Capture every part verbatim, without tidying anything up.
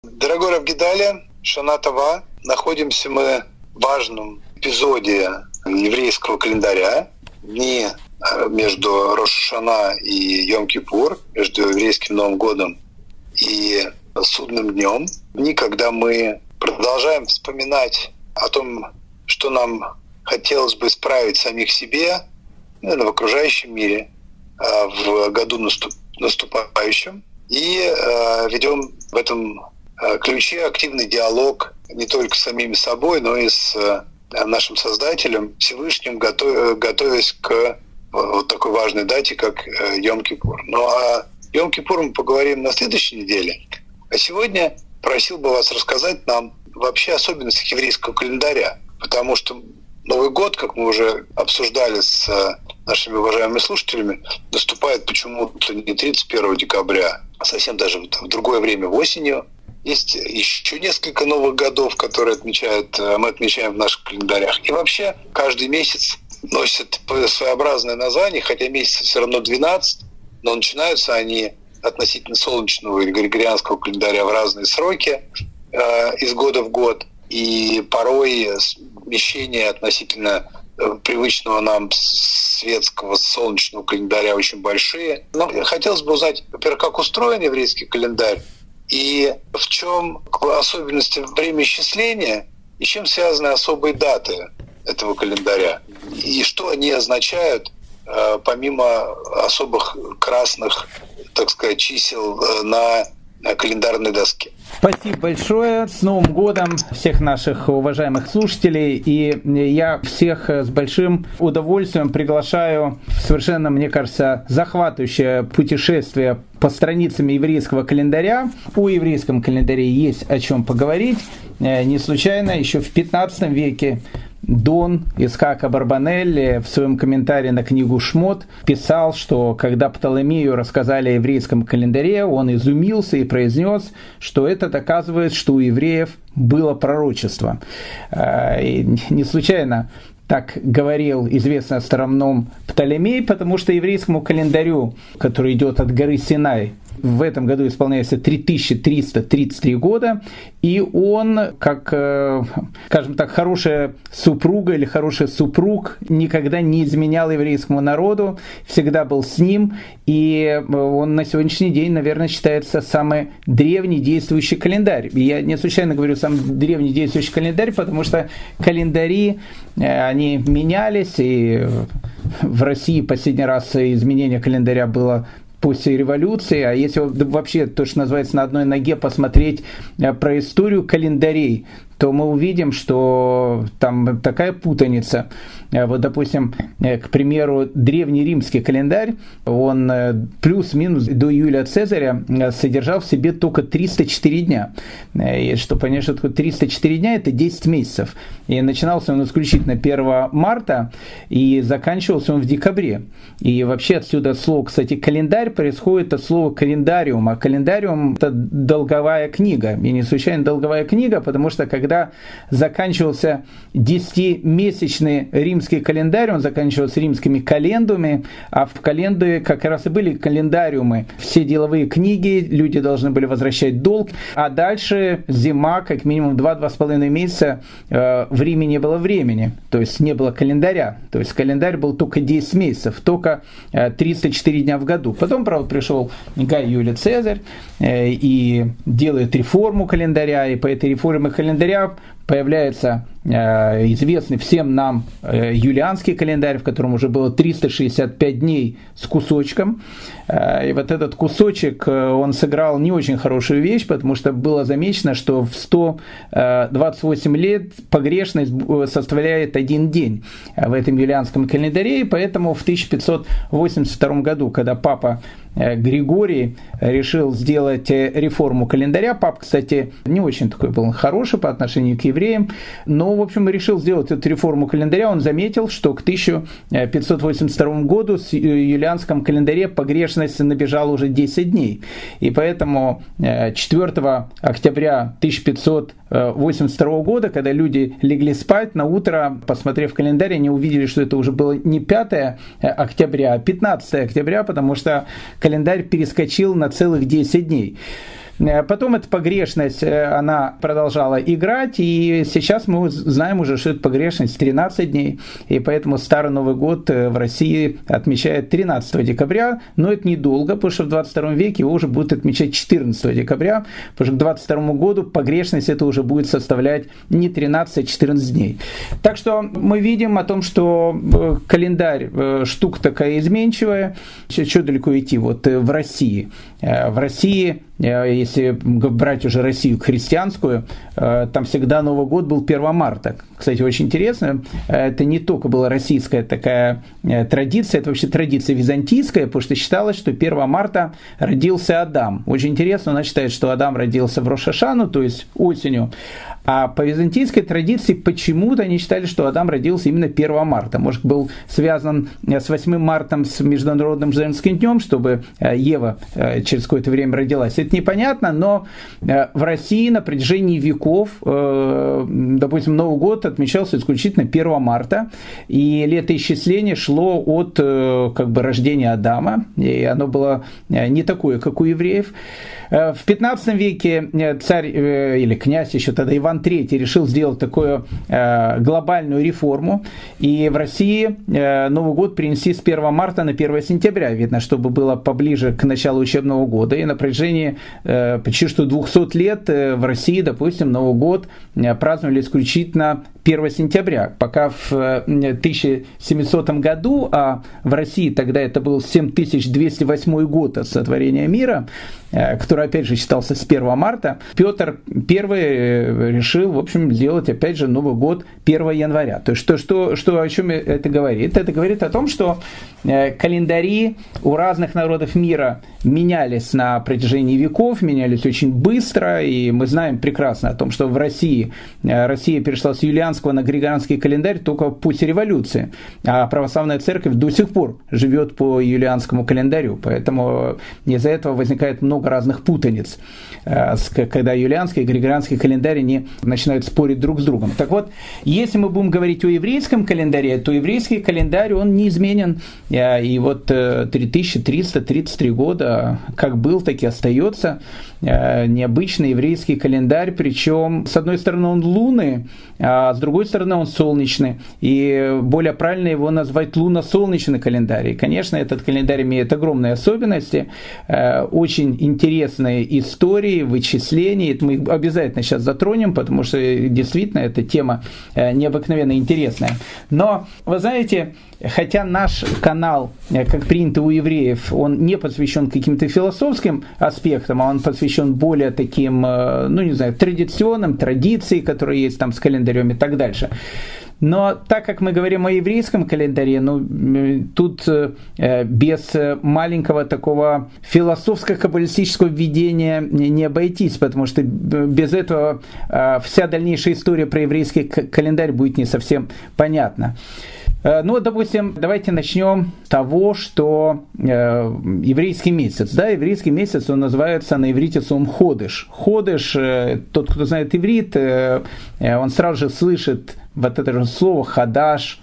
Дорогой Рав Гедаля, Шана Това, находимся мы в важном эпизоде еврейского календаря, дни между Рош ха-Шана и Йом-Кипур, между еврейским Новым годом и Судным днем, дни, когда мы продолжаем вспоминать о том, что нам хотелось бы исправить самих себе, наверное, в окружающем мире, в году наступающем, и ведем в этом ключе активный диалог не только с самими собой, но и с нашим Создателем, Всевышним, готовясь к вот такой важной дате, как Йом-Кипур. Ну а Йом-Кипур мы поговорим на следующей неделе. А сегодня просил бы вас рассказать нам вообще особенности еврейского календаря, потому что Новый год, как мы уже обсуждали с нашими уважаемыми слушателями, наступает почему-то не тридцать первого декабря, а совсем даже в другое время, осенью. Есть еще несколько новых годов, которые отмечают, мы отмечаем в наших календарях. И вообще каждый месяц носит своеобразное название, хотя месяцев все равно двенадцать, но начинаются они относительно солнечного или григорианского календаря в разные сроки э, из года в год. И порой смещения относительно привычного нам светского солнечного календаря очень большие. Но хотелось бы узнать, во-первых, как устроен еврейский календарь, и в чем особенности времяисчисления, и чем связаны особые даты этого календаря, и что они означают, помимо особых красных, так сказать, чисел на календарной доске. Спасибо большое. С Новым годом всех наших уважаемых слушателей. И я всех с большим удовольствием приглашаю в совершенно, мне кажется, захватывающее путешествие по страницам еврейского календаря. О еврейском календаре есть о чем поговорить. Не случайно еще в пятнадцатом веке Дон Ицхак Абарбанель в своем комментарии на книгу «Шмот» писал, что когда Птолемею рассказали о еврейском календаре, он изумился и произнес, что это доказывает, что у евреев было пророчество. И не случайно так говорил известный астроном Птолемей, потому что еврейскому календарю, который идет от горы Синай, в этом году исполняется три тысячи триста тридцать три года, и он, как, скажем так, хорошая супруга или хороший супруг, никогда не изменял еврейскому народу, всегда был с ним, и он на сегодняшний день, наверное, считается самый древний действующий календарь. И я не случайно говорю самый древний действующий календарь, потому что календари, они менялись, и в России последний раз изменение календаря было после революции, а если вообще то, что называется, на одной ноге посмотреть про историю календарей, то мы увидим, что там такая путаница. Вот, допустим, к примеру, древнеримский календарь, он плюс-минус до Юлия Цезаря содержал в себе только триста четыре дня. И что понять, что такое триста четыре дня, это десять месяцев. И начинался он исключительно первого марта, и заканчивался он в декабре. И вообще отсюда слово, кстати, календарь происходит от слова календариум, а календариум – это долговая книга. И не случайно долговая книга, потому что когда заканчивался десятимесячный римский календарь, он заканчивался римскими календуми, а в календаре как раз и были календариумы. Все деловые книги, люди должны были возвращать долг, а дальше зима, как минимум два-два с половиной месяца э, в Риме не было времени, то есть не было календаря, то есть календарь был только десять месяцев, только э, триста четыре дня в году. Потом, правда, пришел Гай Юлий Цезарь э, и делает реформу календаря, и по этой реформе календаря появляется э, известный всем нам э, юлианский календарь, в котором уже было триста шестьдесят пять дней с кусочком. Э, и вот этот кусочек, э, он сыграл не очень хорошую вещь, потому что было замечено, что в сто двадцать восемь лет погрешность составляет один день в этом юлианском календаре, и поэтому в тысяча пятьсот восемьдесят втором году, когда папа Григорий решил сделать реформу календаря, папа, кстати, не очень такой был хороший по отношению к евреям, но, в общем, решил сделать эту реформу календаря, он заметил, что к тысяча пятьсот восемьдесят второму году в юлианском календаре погрешность набежала уже десять дней. И поэтому четвёртого октября тысяча пятьсот восемьдесят второго года, когда люди легли спать, на утро, посмотрев календарь, они увидели, что это уже было не пятое октября, а пятнадцатое октября, потому что календарь перескочил на целых десять дней. Потом эта погрешность, она продолжала играть, и сейчас мы знаем уже, что эта погрешность тринадцать дней, и поэтому Старый Новый год в России отмечает тринадцатого декабря, но это недолго, потому что в двадцать втором веке его уже будут отмечать четырнадцатого декабря, потому что к двадцать второму году погрешность это уже будет составлять не тринадцать, а четырнадцать дней. Так что мы видим о том, что календарь штука такая изменчивая, еще далеко идти, вот в России. В России, если брать уже Россию христианскую, там всегда Новый год был первого марта. Кстати, очень интересно, это не только была российская такая традиция, это вообще традиция византийская, потому что считалось, что первого марта родился Адам. Очень интересно, она считает, что Адам родился в Рош ха-Шану, то есть осенью. А по византийской традиции почему-то они считали, что Адам родился именно первого марта. Может, был связан с восьмым марта, с Международным женским днем, чтобы Ева через какое-то время родилась. Это непонятно, но в России на протяжении веков, допустим, Новый год отмечался исключительно первого марта, и летоисчисление шло от как бы рождения Адама, и оно было не такое, как у евреев. В пятнадцатом веке царь или князь еще тогда Иван Третий решил сделать такую глобальную реформу, и в России Новый год перенести с первого марта на первое сентября, видно, чтобы было поближе к началу учебного года, и на протяжении почти что двухсот лет в России, допустим, Новый год праздновали исключительно первого сентября, пока в тысяча семисотом году, а в России тогда это был семь тысяч двести восьмой год от сотворения мира, который опять же считался с первого марта, Петр Первый решил, в общем, сделать опять же Новый год первого января. То есть что, что, что, о чем это говорит? Это говорит о том, что календари у разных народов мира менялись на протяжении веков, менялись очень быстро, и мы знаем прекрасно о том, что в России Россия перешла с юлианского на григорианский календарь только после революции, а православная церковь до сих пор живет по юлианскому календарю, поэтому из-за этого возникает много разных путаниц, когда юлианский и григорианский календарь не начинают спорить друг с другом. Так вот, если мы будем говорить о еврейском календаре, то еврейский календарь, он неизменен, и вот три тысячи триста тридцать три года как был, так и остается необычный еврейский календарь, причем с одной стороны он лунный, а с другой стороны он солнечный, и более правильно его назвать лунно-солнечный календарь. И, конечно, этот календарь имеет огромные особенности, очень интересные истории, вычисления, это мы обязательно сейчас затронем, потому что действительно эта тема необыкновенно интересная. Но, вы знаете, хотя наш канал, как принято у евреев, он не посвящен каким-то философским аспектам, а он посвящен более таким, ну не знаю, традиционным, традиции, которые есть там с календарем и так дальше. Но так как мы говорим о еврейском календаре, ну, тут э, без маленького такого философско-каббалистического введения не обойтись, потому что без этого э, вся дальнейшая история про еврейский календарь будет не совсем понятна. Ну, допустим, давайте начнем с того, что э, еврейский месяц, да, еврейский месяц, он называется на иврите словом ходыш. Ходыш, э, тот, кто знает иврит, э, он сразу же слышит вот это же слово хадаш,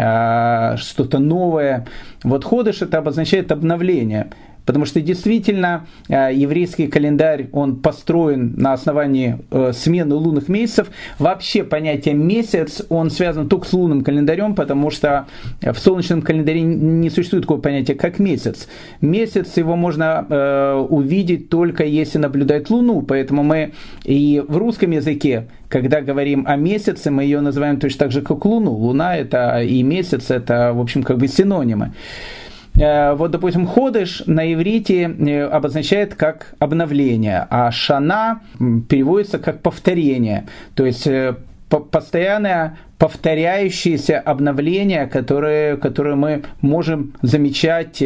э, что-то новое. Вот ходыш это обозначает обновление. Потому что действительно еврейский календарь, он построен на основании смены лунных месяцев. Вообще понятие месяц, он связан только с лунным календарем, потому что в солнечном календаре не существует такого понятия, как месяц. Месяц его можно увидеть только если наблюдать Луну, поэтому мы и в русском языке, когда говорим о месяце, мы ее называем точно так же, как Луну. Луна это и месяц, это, в общем, как бы синонимы. Вот, допустим, ходыш на иврите обозначает как обновление, а шана переводится как повторение, то есть постоянное повторяющееся обновление, которое, которое мы можем замечать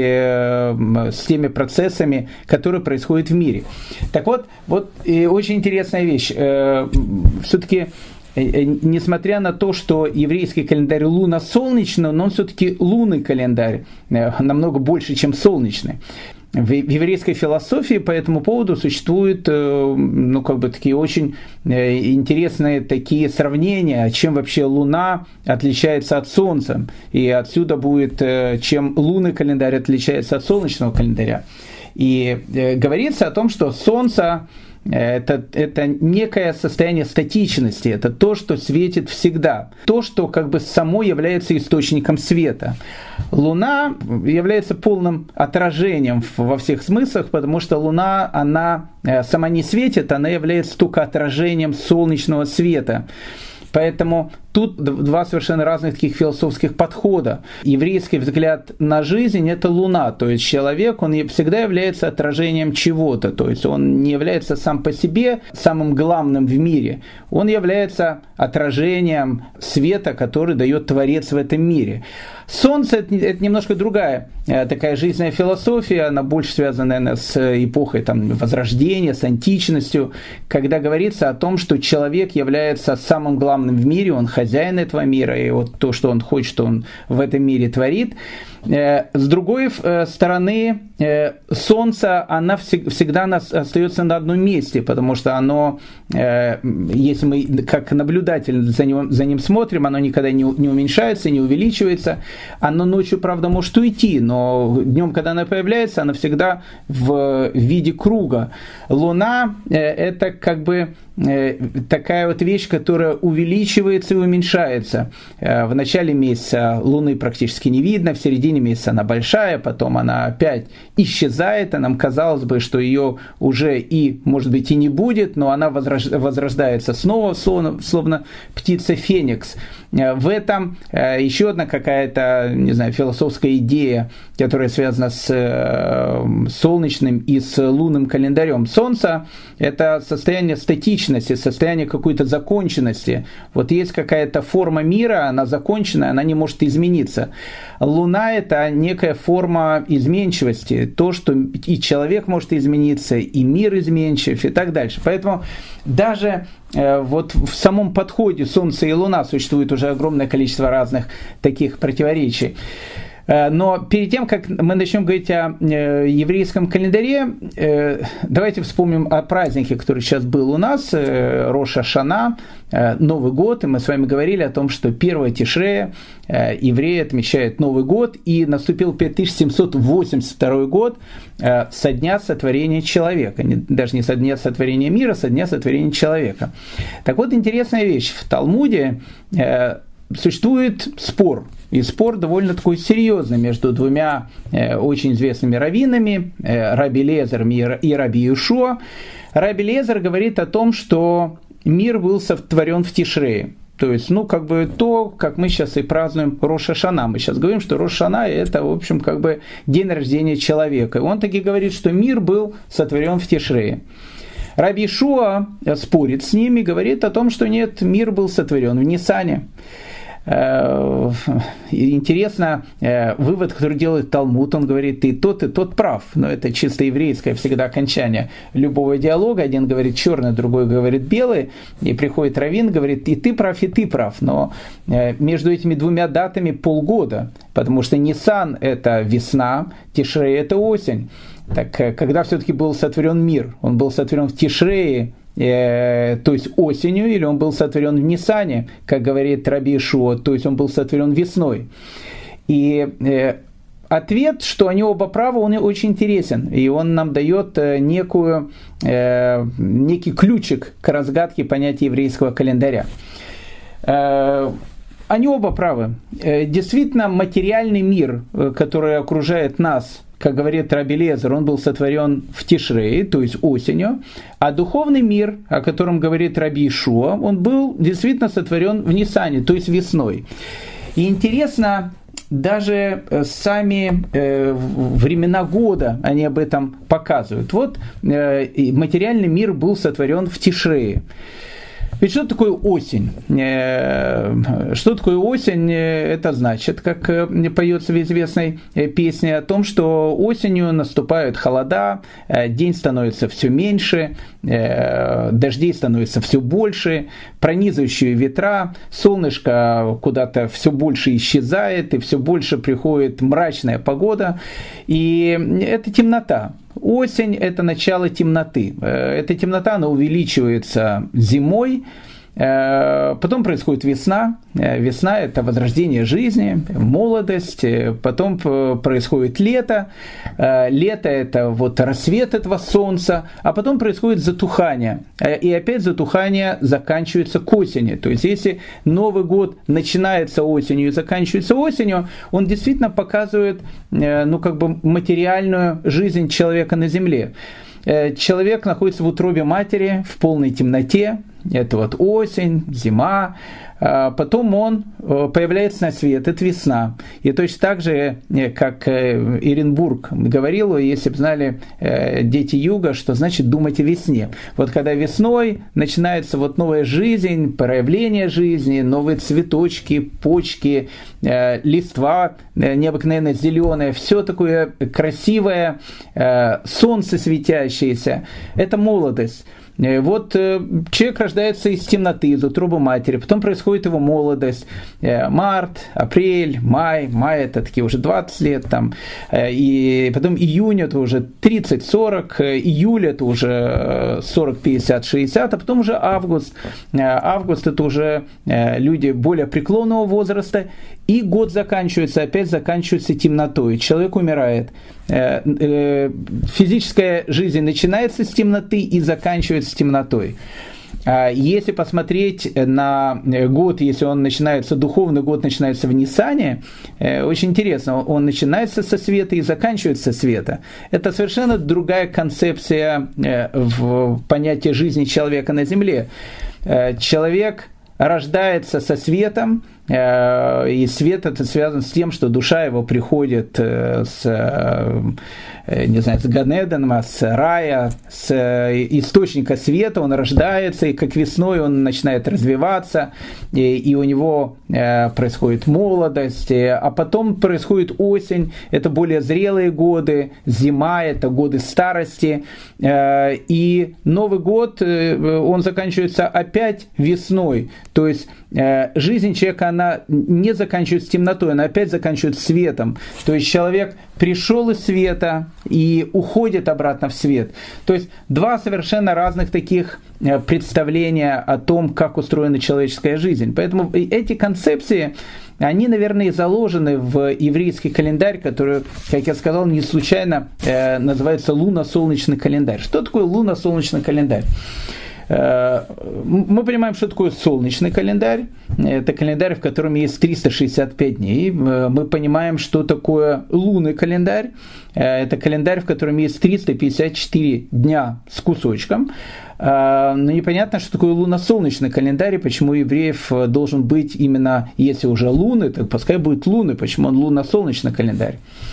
с теми процессами, которые происходят в мире. Так вот, вот очень интересная вещь. Все-таки несмотря на то, что еврейский календарь лунно-солнечный, но он все-таки лунный календарь, намного больше, чем солнечный. В еврейской философии по этому поводу существуют, ну, как бы такие очень интересные такие сравнения, чем вообще Луна отличается от Солнца. И отсюда будет, чем лунный календарь отличается от солнечного календаря. И говорится о том, что Солнце это, это некое состояние статичности, это то, что светит всегда, то, что как бы само является источником света. Луна является полным отражением во всех смыслах, потому что Луна, она сама не светит, она является только отражением солнечного света. Поэтому тут два совершенно разных таких философских подхода. Еврейский взгляд на жизнь – это Луна, то есть человек, он всегда является отражением чего-то, то есть он не является сам по себе самым главным в мире, он является отражением света, который дает Творец в этом мире. Солнце – это немножко другая такая жизненная философия, она больше связана, наверное, с эпохой там, Возрождения, с античностью, когда говорится о том, что человек является самым главным в мире, он хозяин этого мира, и вот то, что он хочет, что он в этом мире творит. С другой стороны, Солнце, оно всегда остается на одном месте, потому что оно, если мы как наблюдатель за ним, за ним смотрим, оно никогда не, не уменьшается, не увеличивается. Оно ночью, правда, может уйти, но днем, когда оно появляется, оно всегда в виде круга. Луна – это как бы такая вот вещь, которая увеличивается и уменьшается. В начале месяца Луны практически не видно, в середине месяца она большая, потом она опять исчезает, а нам казалось бы, что ее уже и, может быть, и не будет, но она возрождается снова, словно, словно птица Феникс. В этом еще одна какая-то, не знаю, философская идея, которая связана с солнечным и с лунным календарем. Солнце – это состояние статичности, состояние какой-то законченности. Вот есть какая-то форма мира, она закончена, она не может измениться. Луна – это некая форма изменчивости, то, что и человек может измениться, и мир изменчив, и так дальше. Поэтому даже э, вот в самом подходе Солнце и Луна существует уже огромное количество разных таких противоречий. Но перед тем, как мы начнем говорить о еврейском календаре, давайте вспомним о празднике, который сейчас был у нас, Рош ха-Шана, Новый год. И мы с вами говорили о том, что первого Тишрея евреи отмечают Новый год, и наступил пять тысяч семьсот восемьдесят второй год со дня сотворения человека. Даже не со дня сотворения мира, со дня сотворения человека. Так вот, интересная вещь. В Талмуде существует спор. И спор довольно такой серьезный между двумя э, очень известными раввинами, э, Раби Элиэзером и, и Раби Йошуа. Раби Элиэзер говорит о том, что мир был сотворен в Тишрее. То есть, ну, как бы то, как мы сейчас и празднуем Рош ха-Шана. Мы сейчас говорим, что Рош ха-Шана – это, в общем, как бы день рождения человека. И он таки говорит, что мир был сотворен в Тишрее. Раби Йошуа спорит с ними, говорит о том, что нет, мир был сотворен в Нисане. Интересно, вывод, который делает Талмуд, он говорит, и тот, и тот прав. Но это чисто еврейское всегда окончание любого диалога. Один говорит черный, другой говорит белый. И приходит раввин, говорит, и ты прав, и ты прав. Но между этими двумя датами полгода. Потому что Нисан – это весна, Тишрей – это осень. Так когда все-таки был сотворен мир? Он был сотворен в Тишрее, то есть осенью, или он был сотворен в Нисане, как говорит Раби Йошуа, то есть он был сотворен весной. И э, ответ, что они оба правы, он очень интересен, и он нам дает некую, э, некий ключик к разгадке понятия еврейского календаря. Э, они оба правы. Э, действительно, материальный мир, который окружает нас, как говорит Раби Элиэзер, он был сотворен в Тишрее, то есть осенью, а духовный мир, о котором говорит Раби Йошуа, он был действительно сотворен в Нисане, то есть весной. И интересно, даже сами э, времена года, они об этом показывают. Вот э, материальный мир был сотворен в Тишрее. Ведь что такое осень? Что такое осень? Это значит, как поется в известной песне о том, что осенью наступают холода, день становится все меньше, дождей становится все больше, пронизывающие ветра, солнышко куда-то все больше исчезает, и все больше приходит мрачная погода, и это темнота. Осень – это начало темноты. Эта темнота, она увеличивается зимой, Потом происходит весна. Весна – это возрождение жизни, молодость. Потом происходит лето. Лето – это вот рассвет этого солнца. А потом происходит затухание. И опять затухание заканчивается к осени. То есть, если Новый год начинается осенью и заканчивается осенью, он действительно показывает, ну, как бы материальную жизнь человека на земле. Человек находится в утробе матери в полной темноте. Это вот осень, зима. Потом он появляется на свет, это весна. И точно так же, как Иренбург говорил, если бы знали дети юга, что значит думать о весне. Вот когда весной начинается вот новая жизнь, проявление жизни, новые цветочки, почки, листва необыкновенно зеленое, все такое красивое, солнце светящееся. Это молодость. Вот человек рождается из темноты, из утробы матери, потом происходит его молодость, март, апрель, май, май это такие уже двадцать лет, там, и потом июнь это уже тридцать сорок, июль это уже сорок пятьдесят шестьдесят, а потом уже август, август это уже люди более преклонного возраста, и год заканчивается, опять заканчивается темнотой, человек умирает. Физическая жизнь начинается с темноты и заканчивается с темнотой. Если посмотреть на год, если он начинается, духовный год начинается в Ниссане, очень интересно, он начинается со света и заканчивается со света. Это совершенно другая концепция в понятии жизни человека на земле. Человек рождается со светом, и свет это связан с тем, что душа его приходит с, не знаю, с Ганедана, с рая, с источника света, он рождается, и как весной он начинает развиваться, и, и у него происходит молодость, а потом происходит осень, это более зрелые годы, зима, это годы старости, и Новый год, он заканчивается опять весной, то есть жизнь человека, она не заканчивается темнотой, она опять заканчивается светом. То есть человек пришел из света и уходит обратно в свет. То есть два совершенно разных таких представления о том, как устроена человеческая жизнь. Поэтому эти концепции, они, наверное, и заложены в еврейский календарь, который, как я сказал, не случайно называется лунно-солнечный календарь. Что такое лунно-солнечный календарь? Мы понимаем, что такое солнечный календарь. Это календарь, в котором есть триста шестьдесят пять дней. Мы понимаем, что такое лунный календарь. Это календарь, в котором есть триста пятьдесят четыре дня с кусочком. Но непонятно, что такое лунно-солнечный календарь, и почему у евреев должен быть именно, если уже луны, так пускай будет луны, почему он лунно-солнечный календарь.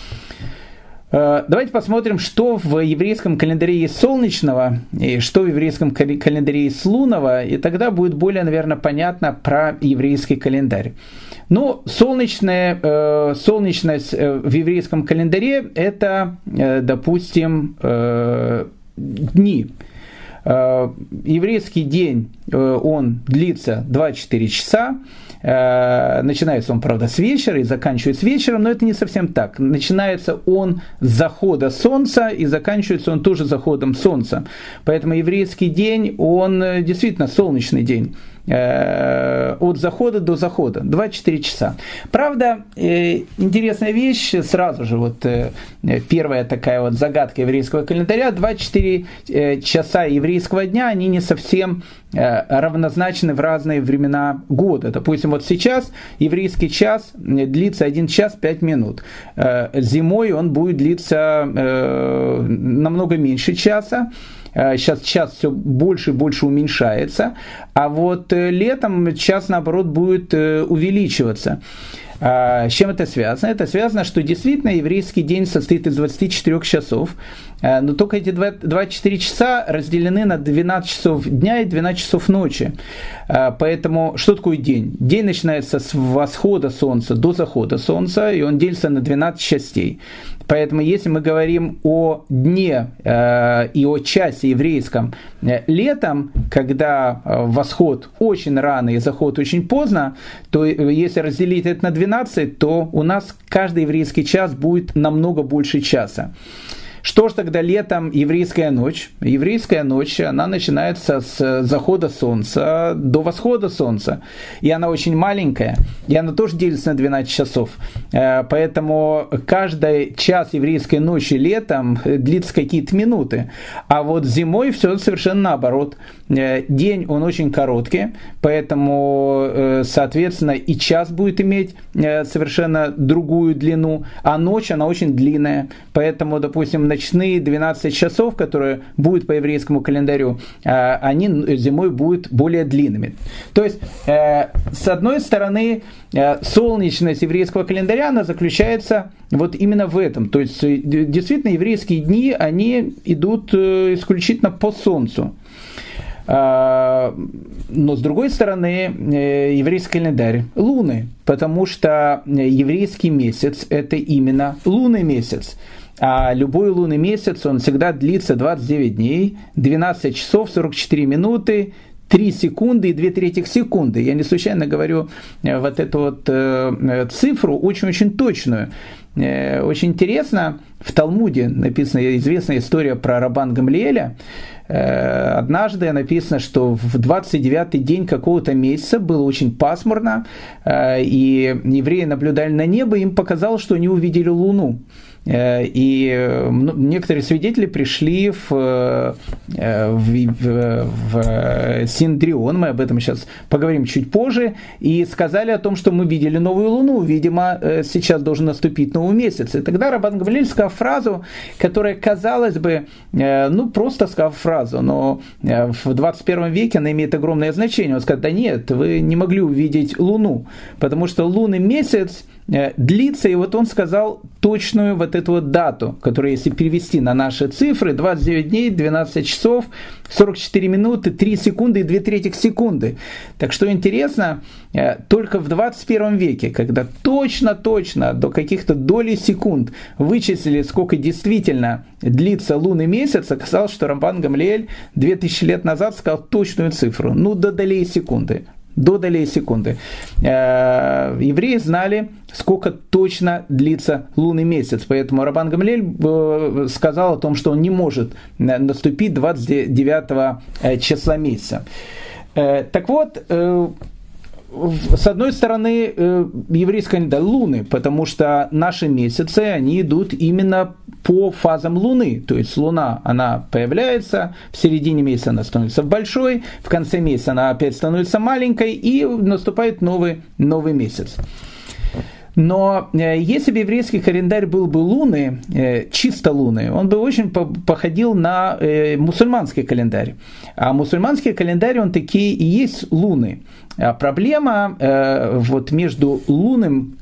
Давайте посмотрим, что в еврейском календаре есть солнечного, и что в еврейском календаре есть лунного, и тогда будет более, наверное, понятно про еврейский календарь. Ну, солнечная, э, солнечность в еврейском календаре – это, э, допустим, э, дни. Э, еврейский день, э, он длится двадцать четыре часа. Начинается он, правда, с вечера и заканчивается вечером, но это не совсем так. Начинается он с захода солнца и заканчивается он тоже заходом солнца. Поэтому еврейский день, он действительно солнечный день. От захода до захода, двадцать четыре часа. Правда, интересная вещь, сразу же вот первая такая вот загадка еврейского календаря, двадцать четыре часа еврейского дня, они не совсем равнозначны в разные времена года. Допустим, вот сейчас еврейский час длится один час пять минут. Зимой он будет длиться намного меньше часа. Сейчас час все больше и больше уменьшается, а вот летом час, наоборот, будет увеличиваться. С чем это связано? Это связано, что действительно еврейский день состоит из двадцати четырёх часов, но только эти двадцать четыре часа разделены на двенадцать часов дня и двенадцать часов ночи. Поэтому что такое день? День начинается с восхода солнца до захода солнца, и он делится на двенадцать частей. Поэтому если мы говорим о дне э, и о часе еврейском э, летом, когда э, восход очень рано и заход очень поздно, то э, если разделить это на двенадцать, то у нас каждый еврейский час будет намного больше часа. Что же тогда летом еврейская ночь? Еврейская ночь, она начинается с захода солнца до восхода солнца. И она очень маленькая, и она тоже делится на двенадцать часов. Поэтому каждый час еврейской ночи летом длится какие-то минуты. А вот зимой все совершенно наоборот. День, он очень короткий, поэтому, соответственно, и час будет иметь совершенно другую длину, а ночь, она очень длинная. Поэтому, допустим, ночные двенадцать часов, которые будут по еврейскому календарю, они зимой будут более длинными. То есть, с одной стороны, солнечность еврейского календаря, она заключается вот именно в этом. То есть, действительно, еврейские дни, они идут исключительно по солнцу. Но с другой стороны, еврейский календарь – луны, потому что еврейский месяц – это именно лунный месяц. А любой лунный месяц, он всегда длится двадцать девять дней, двенадцать часов, сорок четыре минуты, три секунды и две трети секунды. Я не случайно говорю вот эту вот э, цифру, очень-очень точную. Э, очень интересно, в Талмуде написана известная история про Раббан Гамлиэля. Э, однажды написано, что в двадцать девятый день какого-то месяца было очень пасмурно, э, и евреи наблюдали на небо, им показалось, что они увидели Луну. И некоторые свидетели пришли в, в, в, в Синдрион, мы об этом сейчас поговорим чуть позже, и сказали о том, что мы видели новую луну, видимо, сейчас должен наступить новый месяц. И тогда Раббан Гамлиэль сказал фразу, которая, казалось бы, ну просто сказал фразу, но в двадцать первом веке она имеет огромное значение. Он сказал: да нет, вы не могли увидеть луну, потому что лунный месяц длится, и вот он сказал точную вот эту вот дату, которую, если перевести на наши цифры, двадцать девять дней, двенадцать часов, сорок четыре минуты, три секунды и две трети секунды. Так что интересно, только в двадцать первом веке, когда точно-точно до каких-то долей секунд вычислили, сколько действительно длится лунный месяц, оказалось, что Раббан Гамлиэль две тысячи лет назад сказал точную цифру, ну до долей секунды. До долей секунды. Евреи знали, сколько точно длится лунный месяц. Поэтому Раббан Гамлиэль сказал о том, что он не может наступить двадцать девятого числа месяца. Так вот, с одной стороны, еврейский календарь луны, потому что наши месяцы, они идут именно по фазам Луны. То есть Луна, она появляется, в середине месяца она становится большой, в конце месяца она опять становится маленькой, и наступает новый, новый месяц. Но если бы еврейский календарь был бы лунный, чисто лунный, он бы очень походил на мусульманский календарь. А мусульманский календарь, он такие и есть луны. А проблема вот между лунным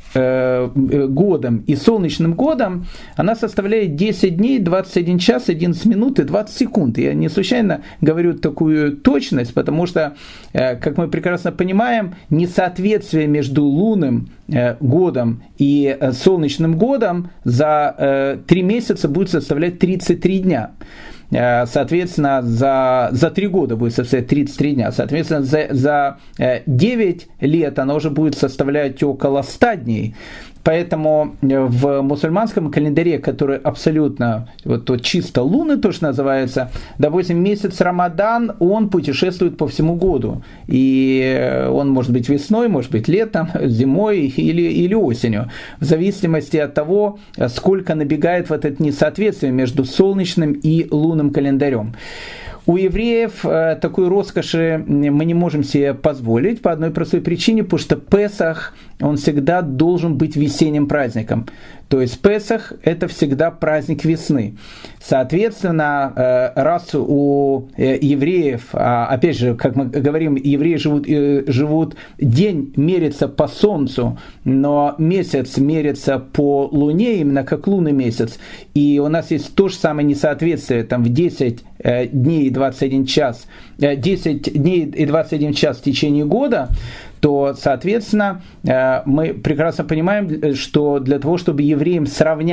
годом и солнечным годом, она составляет десять дней, двадцать один час, одиннадцать минут и двадцать секунд. Я не случайно говорю такую точность, потому что, как мы прекрасно понимаем, несоответствие между лунным годом и солнечным годом за три месяца будет составлять тридцать три дня. Соответственно, за, за три года будет составлять тридцать три дня. Соответственно, за, за девять лет она уже будет составлять около ста дней. Поэтому в мусульманском календаре, который абсолютно вот, вот чисто лунный, то, что называется, допустим, месяц Рамадан, он путешествует по всему году. И он может быть весной, может быть летом, зимой или, или осенью. В зависимости от того, сколько набегает вот это несоответствие между солнечным и лунным календарем. У евреев э, такой роскоши мы не можем себе позволить по одной простой причине, потому что Песах, он всегда должен быть весенним праздником. То есть Песах – это всегда праздник весны. Соответственно, э, раз у э, евреев, а, опять же, как мы говорим, евреи живут, э, живут, день мерится по солнцу, но месяц мерится по луне, именно как лунный месяц. И у нас есть то же самое несоответствие, там в десять э, дней и двадцать один час, э, десять дней и двадцать один час в течение года, то, соответственно, мы прекрасно понимаем, что для того, чтобы евреям сравнять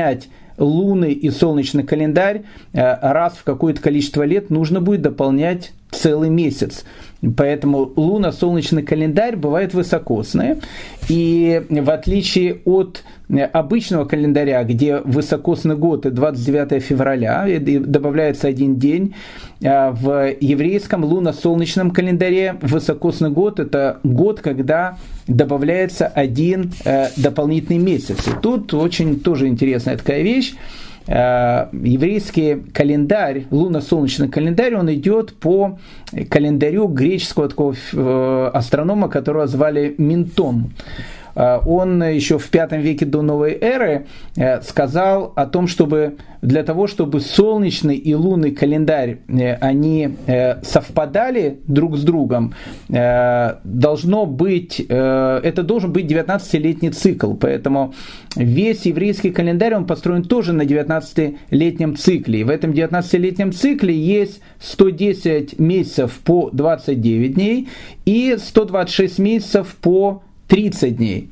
лунный и солнечный календарь раз в какое-то количество лет нужно будет дополнять целый месяц. Поэтому луно-солнечный календарь бывает высокосный. И в отличие от обычного календаря, где высокосный год – двадцать девятое февраля, и добавляется один день, в еврейском луно-солнечном календаре высокосный год – это год, когда добавляется один дополнительный месяц. И тут очень тоже интересная такая вещь. Еврейский календарь, луно-солнечный календарь, он идет по календарю греческого такого астронома, которого звали Ментон. Он еще в пятом веке до новой эры сказал о том, чтобы для того, чтобы солнечный и лунный календарь, они совпадали друг с другом, должно быть, это должен быть девятнадцатилетний цикл. Поэтому весь еврейский календарь, он построен тоже на девятнадцатилетнем цикле. И в этом девятнадцатилетнем цикле есть сто десять месяцев по двадцать девять дней и сто двадцать шесть месяцев по тридцать дней.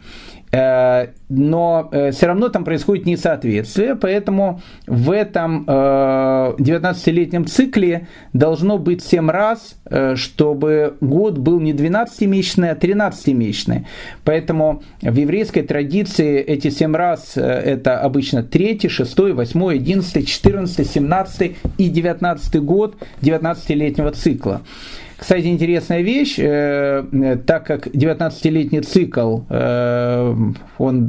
Но все равно там происходит несоответствие, поэтому в этом девятнадцатилетнем цикле должно быть семь раз, чтобы год был не двенадцатимесячный, а тринадцатимесячный. Поэтому в еврейской традиции эти семь раз это обычно третий, шестой, восьмой, одиннадцатый, четырнадцатый, семнадцатый и девятнадцатый год девятнадцатилетнего цикла. Кстати, интересная вещь, э, так как девятнадцатилетний цикл, э, он,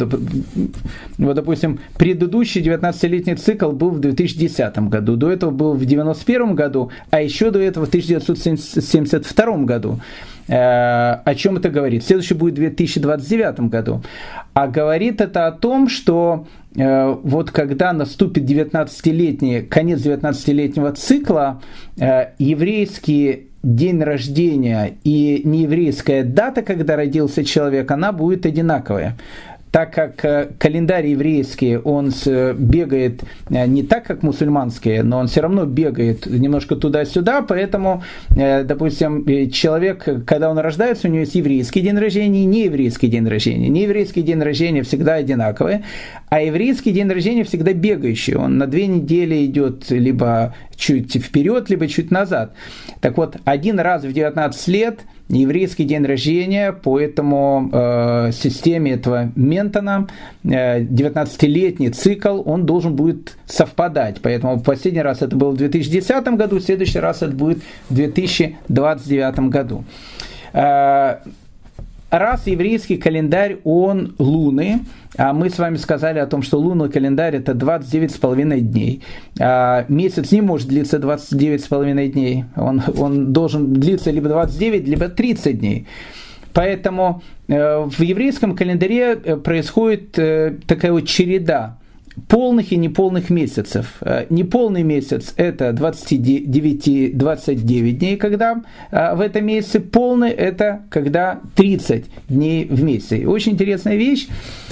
вот, допустим, предыдущий девятнадцатилетний цикл был в две тысячи десятом году, до этого был в девяносто первом году, а еще до этого в тысяча девятьсот семьдесят втором году. Э, о чем это говорит? Следующий будет в две тысячи двадцать девятом году. А говорит это о том, что э, вот когда наступит девятнадцатилетний, конец девятнадцатилетнего цикла, э, еврейские день рождения и нееврейская дата, когда родился человек, она будет одинаковая. Так как календарь еврейский, он бегает не так, как мусульманский, но он все равно бегает немножко туда-сюда, поэтому, допустим, человек, когда он рождается, у него есть еврейский день рождения и нееврейский день рождения. Нееврейский день рождения всегда одинаковый, а еврейский день рождения всегда бегающий. Он на две недели идет либо чуть вперед, либо чуть назад. Так вот, один раз в девятнадцать лет еврейский день рождения по этому э, системе этого Ментона, э, девятнадцатилетний цикл, он должен будет совпадать. Поэтому в последний раз это было в две тысячи десятом году, в следующий раз это будет в две тысячи двадцать девятом году. Э, раз еврейский календарь, он лунный, а мы с вами сказали о том, что лунный календарь это двадцать девять с половиной дней. А месяц не может длиться двадцать девять с половиной дней. Он, он должен длиться либо двадцать девять, либо тридцать дней. Поэтому э, в еврейском календаре происходит э, такая вот череда полных и неполных месяцев. Неполный месяц это двадцать девять, двадцать девять дней, когда в этом месяце, полный это когда тридцать дней в месяц. И очень интересная вещь,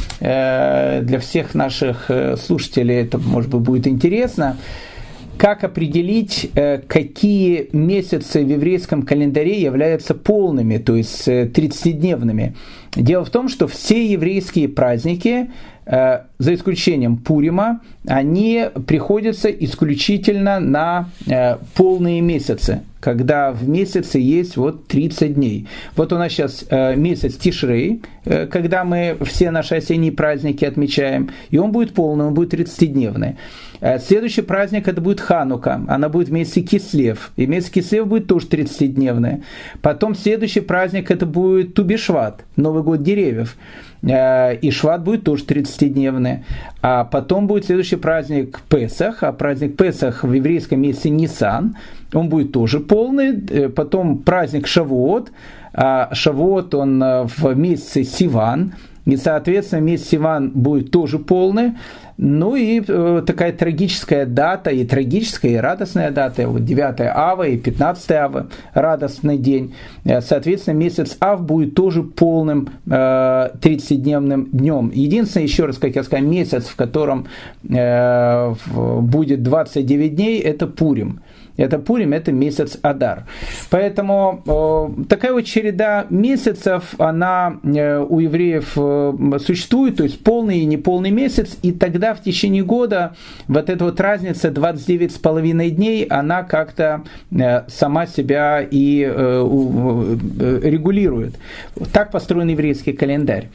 для всех наших слушателей это, может быть, будет интересно, как определить, какие месяцы в еврейском календаре являются полными, то есть тридцатидневными. Дело в том, что все еврейские праздники, за исключением Пурима, они приходятся исключительно на полные месяцы, когда в месяце есть вот тридцать дней. Вот у нас сейчас месяц Тишрей, когда мы все наши осенние праздники отмечаем, и он будет полный, он будет тридцатидневный. Следующий праздник это будет Ханука, она будет в месяце Кислев, и месяц Кислев будет тоже тридцатидневный. Потом следующий праздник это будет Тубишват, Новый год деревьев, и Шват будет тоже тридцатидневный. А потом будет следующий праздник Песах, а праздник Песах в еврейском месяце Нисан, он будет тоже полный. Потом праздник Шавуот, а Шавуот он в месяце Сиван, и, соответственно, месяц Сиван будет тоже полный. Ну и э, такая трагическая дата, и трагическая, и радостная дата, вот девятое Ава и пятнадцатое Ава, радостный день. Соответственно, месяц Ав будет тоже полным э, тридцатидневным днем. Единственное, еще раз, как я сказал, месяц, в котором э, будет двадцать девять дней, это Пурим. это Пурим, это месяц Адар. Поэтому э, такая вот череда месяцев, она э, у евреев э, существует, то есть полный и неполный месяц, и тогда в течение года вот эта вот разница двадцать девять с половиной дней, она как-то э, сама себя и э, э, регулирует. Так построен еврейский календарь.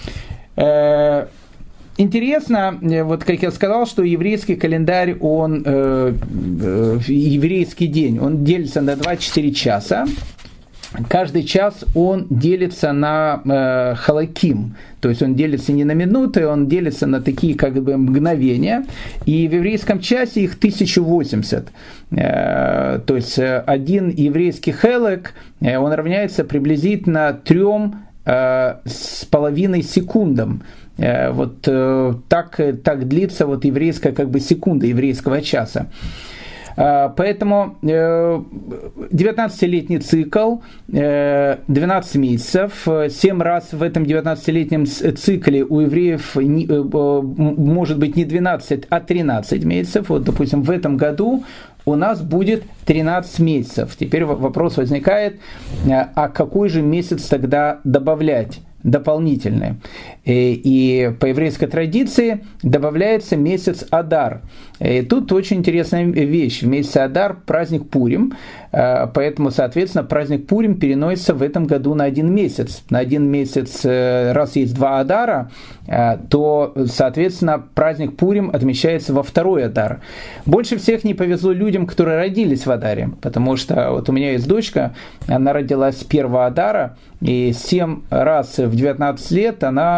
Э, Интересно, вот как я сказал, что еврейский календарь, он, э, э, еврейский день, он делится на двадцать четыре часа. Каждый час он делится на э, халаким, то есть он делится не на минуты, он делится на такие как бы мгновения. И в еврейском часе их тысяча восемьдесят. Э, то есть один еврейский хелек, э, он равняется приблизительно трем э, с половиной секундам. Вот так, так длится вот еврейская как бы секунда еврейского часа. Поэтому девятнадцатилетний цикл, двенадцать месяцев, семь раз в этом девятнадцатилетнем цикле у евреев может быть не двенадцать, а тринадцать месяцев. Вот, допустим, в этом году у нас будет тринадцать месяцев. Теперь вопрос возникает, а какой же месяц тогда добавлять? Дополнительные. И, и по еврейской традиции добавляется месяц Адар. И тут очень интересная вещь. В месяце Адар праздник Пурим, поэтому, соответственно, праздник Пурим переносится в этом году на один месяц. На один месяц, раз есть два Адара, то, соответственно, праздник Пурим отмечается во второй Адар. Больше всех не повезло людям, которые родились в Адаре, потому что вот у меня есть дочка, она родилась первого Адара, и семь раз в девятнадцать лет она,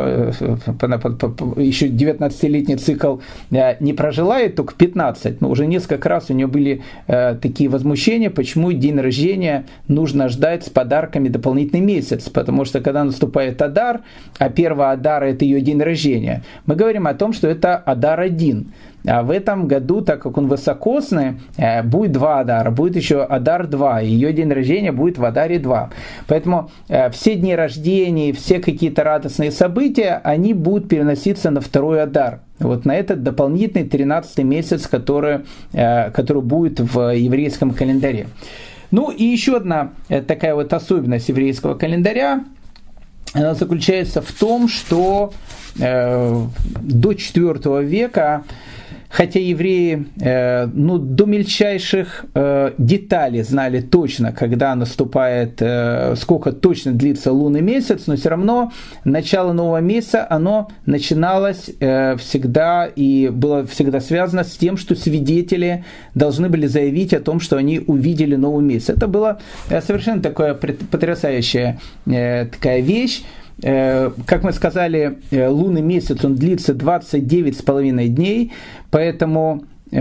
она еще девятнадцатилетний цикл не прожила, и только пятнадцать, но уже несколько раз у нее были такие возмущения, почему день рождения нужно ждать с подарками дополнительный месяц, потому что когда наступает Адар, а первый Адар это ее день рождения, мы говорим о том, что это Адар один. А в этом году, так как он высокосный, будет два Адара, будет еще Адар два, и ее день рождения будет в Адаре два. Поэтому все дни рождения, все какие-то радостные события, они будут переноситься на второй Адар. Вот на этот дополнительный тринадцатый месяц, который, который будет в еврейском календаре. Ну и еще одна такая вот особенность еврейского календаря, она заключается в том, что э, до четвёртого века, хотя евреи э, ну, до мельчайших э, деталей знали точно, когда наступает, э, сколько точно длится лунный месяц, но все равно начало нового месяца, оно начиналось э, всегда и было всегда связано с тем, что свидетели должны были заявить о том, что они увидели новый месяц. Это была э, совершенно такая потрясающая э, такая вещь. Как мы сказали, лунный месяц, он длится двадцать девять с половиной дней, поэтому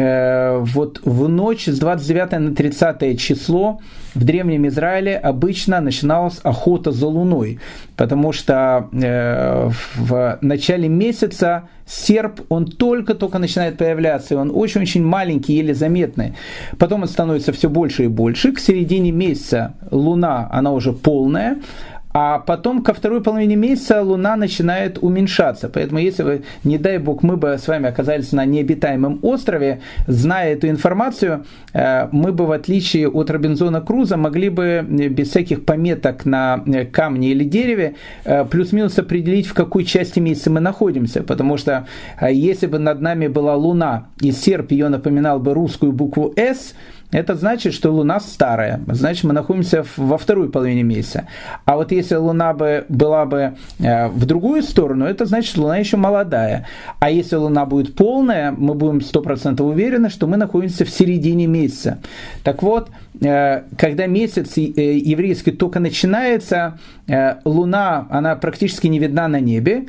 вот в ночь с двадцать девятого на тридцатое число в Древнем Израиле обычно начиналась охота за луной, потому что в начале месяца серп, он только-только начинает появляться, и он очень-очень маленький, еле заметный. Потом он становится все больше и больше. К середине месяца луна, она уже полная, а потом ко второй половине месяца Луна начинает уменьшаться. Поэтому если вы, не дай бог, мы бы с вами оказались на необитаемом острове, зная эту информацию, мы бы, в отличие от Робинзона Круза, могли бы без всяких пометок на камне или дереве плюс-минус определить, в какой части месяца мы находимся. Потому что если бы над нами была Луна, и серп ее напоминал бы русскую букву «С», это значит, что Луна старая, значит, мы находимся во второй половине месяца. А вот если Луна бы была бы в другую сторону, это значит, что Луна еще молодая. А если Луна будет полная, мы будем сто процентов уверены, что мы находимся в середине месяца. Так вот, когда месяц еврейский только начинается, Луна, она практически не видна на небе,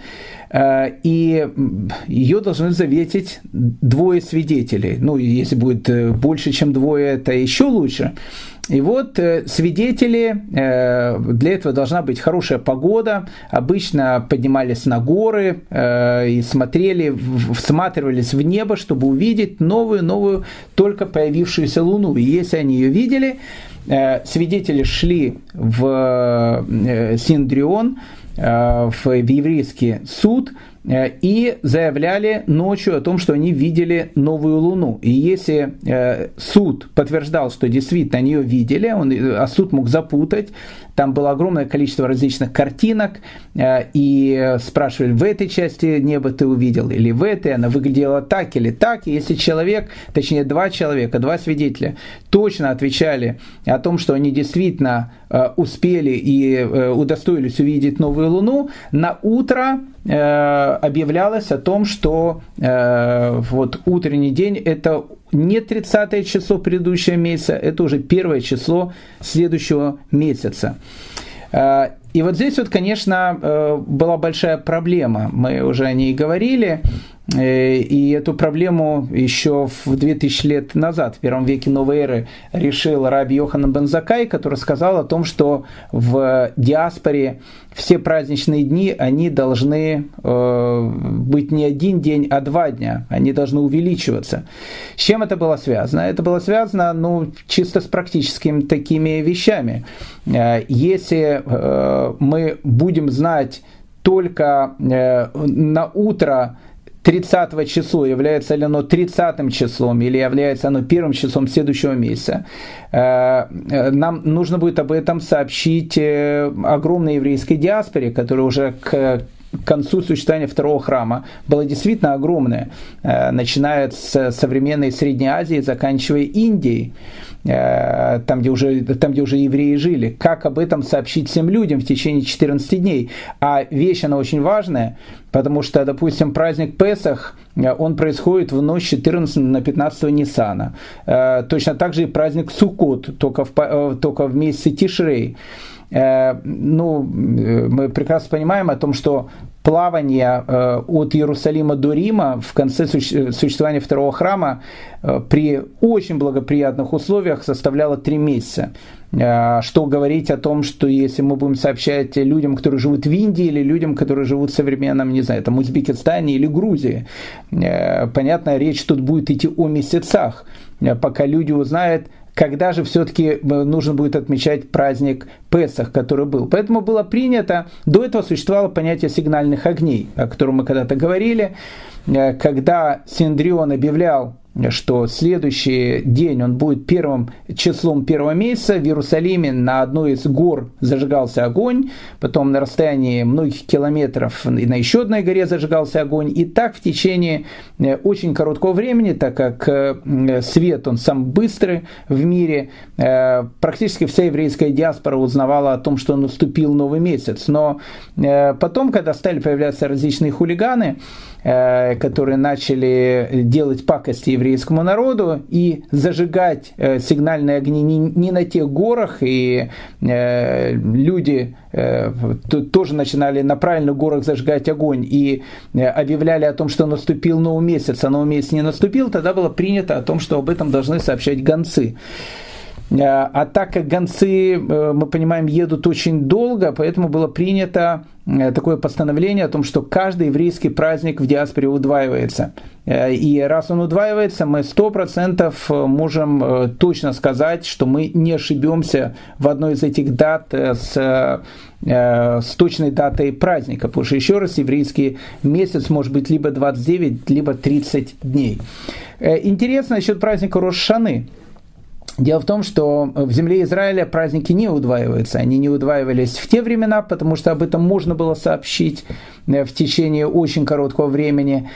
и ее должны заметить двое свидетелей. Ну, если будет больше, чем двое, это еще лучше. И вот свидетели, для этого должна быть хорошая погода, обычно поднимались на горы и смотрели, всматривались в небо, чтобы увидеть новую-новую, только появившуюся Луну. И если они ее видели, свидетели шли в Синдрион, в еврейский суд, и заявляли ночью о том, что они видели новую луну. И если суд подтверждал, что действительно они ее видели, он, а суд мог запутать, там было огромное количество различных картинок, и спрашивали, в этой части неба ты увидел или в этой, она выглядела так или так. И если человек, точнее два человека, два свидетеля точно отвечали о том, что они действительно успели и удостоились увидеть новую луну, на утро объявлялось о том, что вот утренний день – это не тридцатое число предыдущего месяца, это уже первое число следующего месяца. И вот здесь вот, конечно, была большая проблема, мы уже о ней говорили, и эту проблему еще в две тысячи лет назад, в первом веке новой эры, решил раби Йоханан бен Заккай, который сказал о том, что в диаспоре все праздничные дни, они должны э, быть не один день, а два дня, они должны увеличиваться. С чем это было связано? Это было связано, ну, чисто с практическими такими вещами. Если э, мы будем знать только э, на утро тридцатого числа, является ли оно тридцатым числом или является оно первым числом следующего месяца, нам нужно будет об этом сообщить огромной еврейской диаспоре, которая уже к концу существования второго храма было действительно огромное, начиная с современной Средней Азии, заканчивая Индией, там где, уже, там, где уже евреи жили. Как об этом сообщить всем людям в течение четырнадцати дней? А вещь, она очень важная, потому что, допустим, праздник Песах, он происходит в ночь четырнадцатого на пятнадцатое Ниссана. Точно так же и праздник Суккот, только в, только в месяце Тишрей. Ну, мы прекрасно понимаем о том, что плавание от Иерусалима до Рима в конце существования второго храма при очень благоприятных условиях составляло три месяца. Что говорить о том, что если мы будем сообщать людям, которые живут в Индии, или людям, которые живут в современном, не знаю, там, Узбекистане или Грузии. Понятно, речь тут будет идти о месяцах, пока люди узнают, когда же все-таки нужно будет отмечать праздник Песах, который был. Поэтому было принято, до этого существовало понятие сигнальных огней, о котором мы когда-то говорили, когда Синдрион объявлял, что следующий день он будет первым числом первого месяца, в Иерусалиме на одной из гор зажигался огонь, потом на расстоянии многих километров и на еще одной горе зажигался огонь, и так в течение очень короткого времени, так как свет он сам быстрый в мире, практически вся еврейская диаспора узнавала о том, что наступил новый месяц. Но потом, когда стали появляться различные хулиганы, которые начали делать пакости еврейскому народу и зажигать сигнальные огни не, не на тех горах, и э, люди э, тоже начинали на правильных горах зажигать огонь и объявляли о том, что наступил новый месяц, а новый месяц не наступил, тогда было принято о том, что об этом должны сообщать гонцы. А так как гонцы, мы понимаем, едут очень долго, поэтому было принято такое постановление о том, что каждый еврейский праздник в диаспоре удваивается. И раз он удваивается, мы сто процентов можем точно сказать, что мы не ошибемся в одной из этих дат с, с точной датой праздника. Потому что, еще раз, еврейский месяц может быть либо двадцать девять, либо тридцать дней. Интересно насчет праздника Рош ха-Шаны. Дело в том, что в земле Израиля праздники не удваиваются. Они не удваивались в те времена, потому что об этом можно было сообщить в течение очень короткого времени.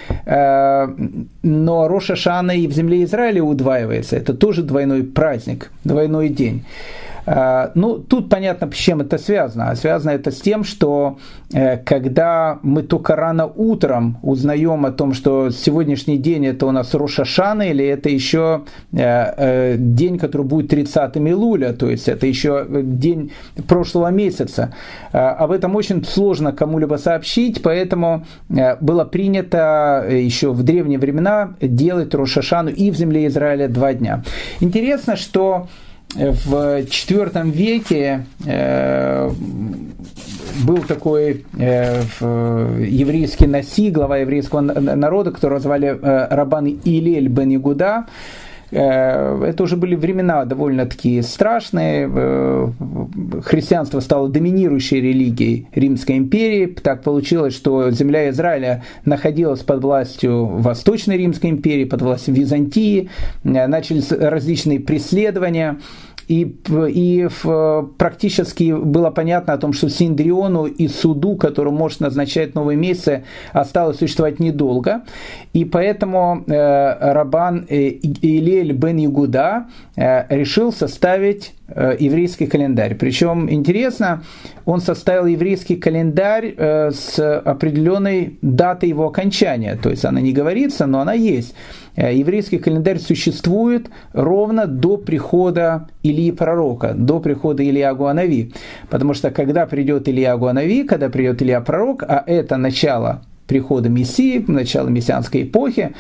Но Рош ха-Шана и в земле Израиля удваивается. Это тоже двойной праздник, двойной день. Ну, тут понятно, с чем это связано. А связано это с тем, что когда мы только рано утром узнаем о том, что сегодняшний день это у нас Рош ха-Шана, или это еще день, который будет тридцатым Илуля, то есть это еще день прошлого месяца. Об этом очень сложно кому-либо сообщить, поэтому было принято еще в древние времена делать Рош ха-Шану и в земле Израиля два дня. Интересно, что в четвёртом веке э, был такой э, еврейский наси, глава еврейского народа, которого звали э, Рабан Илель бен Игуда, Это уже были времена довольно такие страшные. Христианство стало доминирующей религией Римской империи. Так получилось, что земля Израиля находилась под властью Восточной Римской империи, под властью Византии. Начались различные преследования. И, и практически было понятно о том, что Синедриону и суду, который может назначать новые месяцы, осталось существовать недолго. И поэтому э, Раббан Илель бен Ягуда э, решил составить э, еврейский календарь. Причем интересно, он составил еврейский календарь э, с определенной датой его окончания. То есть она не говорится, но она есть. Еврейский календарь существует ровно до прихода Илии Пророка, до прихода Ильяху ха-Нави. Потому что когда придет Ильяху ха-Нави, когда придет Илья Пророк, а это начало прихода Мессии, начало мессианской эпохи,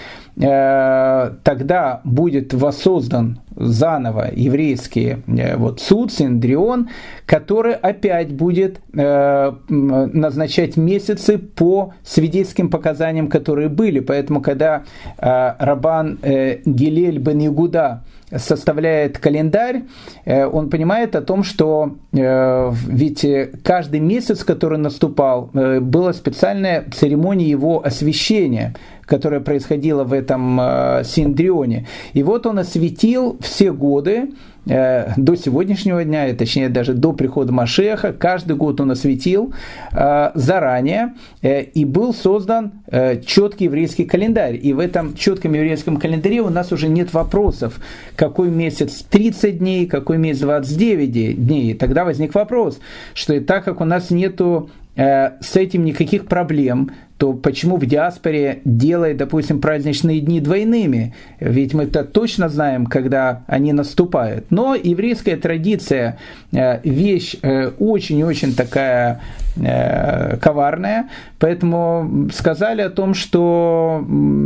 э, тогда будет воссоздан заново еврейский э, вот, суд, Синедрион, который опять будет э, назначать месяцы по свидетельским показаниям, которые были. Поэтому, когда э, Раббан э, Гилель бен Ягуда составляет календарь, он понимает о том, что ведь каждый месяц, который наступал, была специальная церемония его освящения, которая происходила в этом Синедрионе. И вот он осветил все годы, до сегодняшнего дня, точнее даже до прихода Машеха, каждый год он осветил э, заранее, э, и был создан э, четкий еврейский календарь. И в этом четком еврейском календаре у нас уже нет вопросов, какой месяц тридцать дней, какой месяц двадцать девять дней. Тогда возник вопрос, что и так как у нас нету э, с этим никаких проблем, то почему в диаспоре делает, допустим, праздничные дни двойными? Ведь мы-то точно знаем, когда они наступают. Но еврейская традиция – вещь очень-очень такая коварная, поэтому сказали о том, что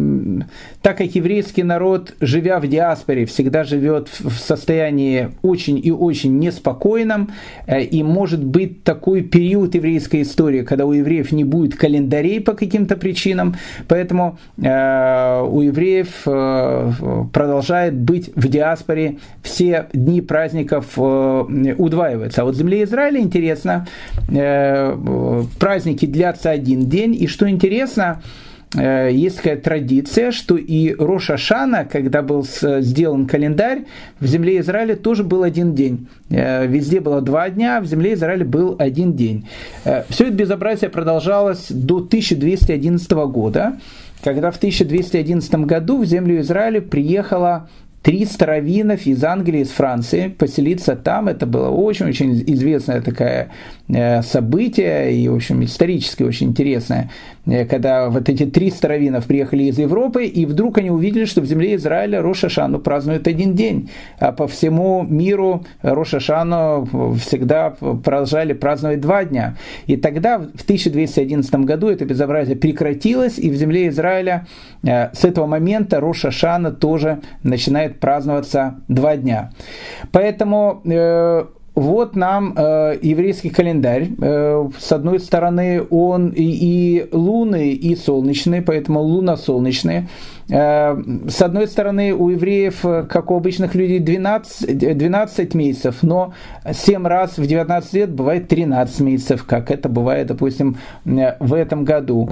так как еврейский народ, живя в диаспоре, всегда живет в состоянии очень и очень неспокойном, и может быть такой период еврейской истории, когда у евреев не будет календарей по каким-то причинам, поэтому э, у евреев э, продолжает быть в диаспоре, все дни праздников э, удваиваются. А вот в земле Израиля интересно, э, праздники длятся один день, и что интересно, есть такая традиция, что и Рош ха-Шана, когда был сделан календарь, в земле Израиля тоже был один день. Везде было два дня, а в земле Израиля был один день. Все это безобразие продолжалось до тысяча двести одиннадцатого года, когда в тысяча двести одиннадцатом году в землю Израиля приехало триста раввинов из Англии, из Франции поселиться там. Это было очень-очень известное такое событие и, в общем, исторически очень интересное, когда вот эти триста раввинов приехали из Европы, и вдруг они увидели, что в земле Израиля Рош ха-Шану празднуют один день, а по всему миру Рош ха-Шану всегда продолжали праздновать два дня. И тогда, в тысяча двести одиннадцатом году, это безобразие прекратилось, и в земле Израиля с этого момента Рош ха-Шана тоже начинает праздноваться два дня. Поэтому э, вот нам э, еврейский календарь. Э, с одной стороны, он и, и лунный, и солнечный, поэтому лунно-солнечный. Э, с одной стороны, у евреев, как у обычных людей, двенадцать, двенадцать месяцев, но семь раз в девятнадцать лет бывает тринадцать месяцев, как это бывает, допустим, в этом году.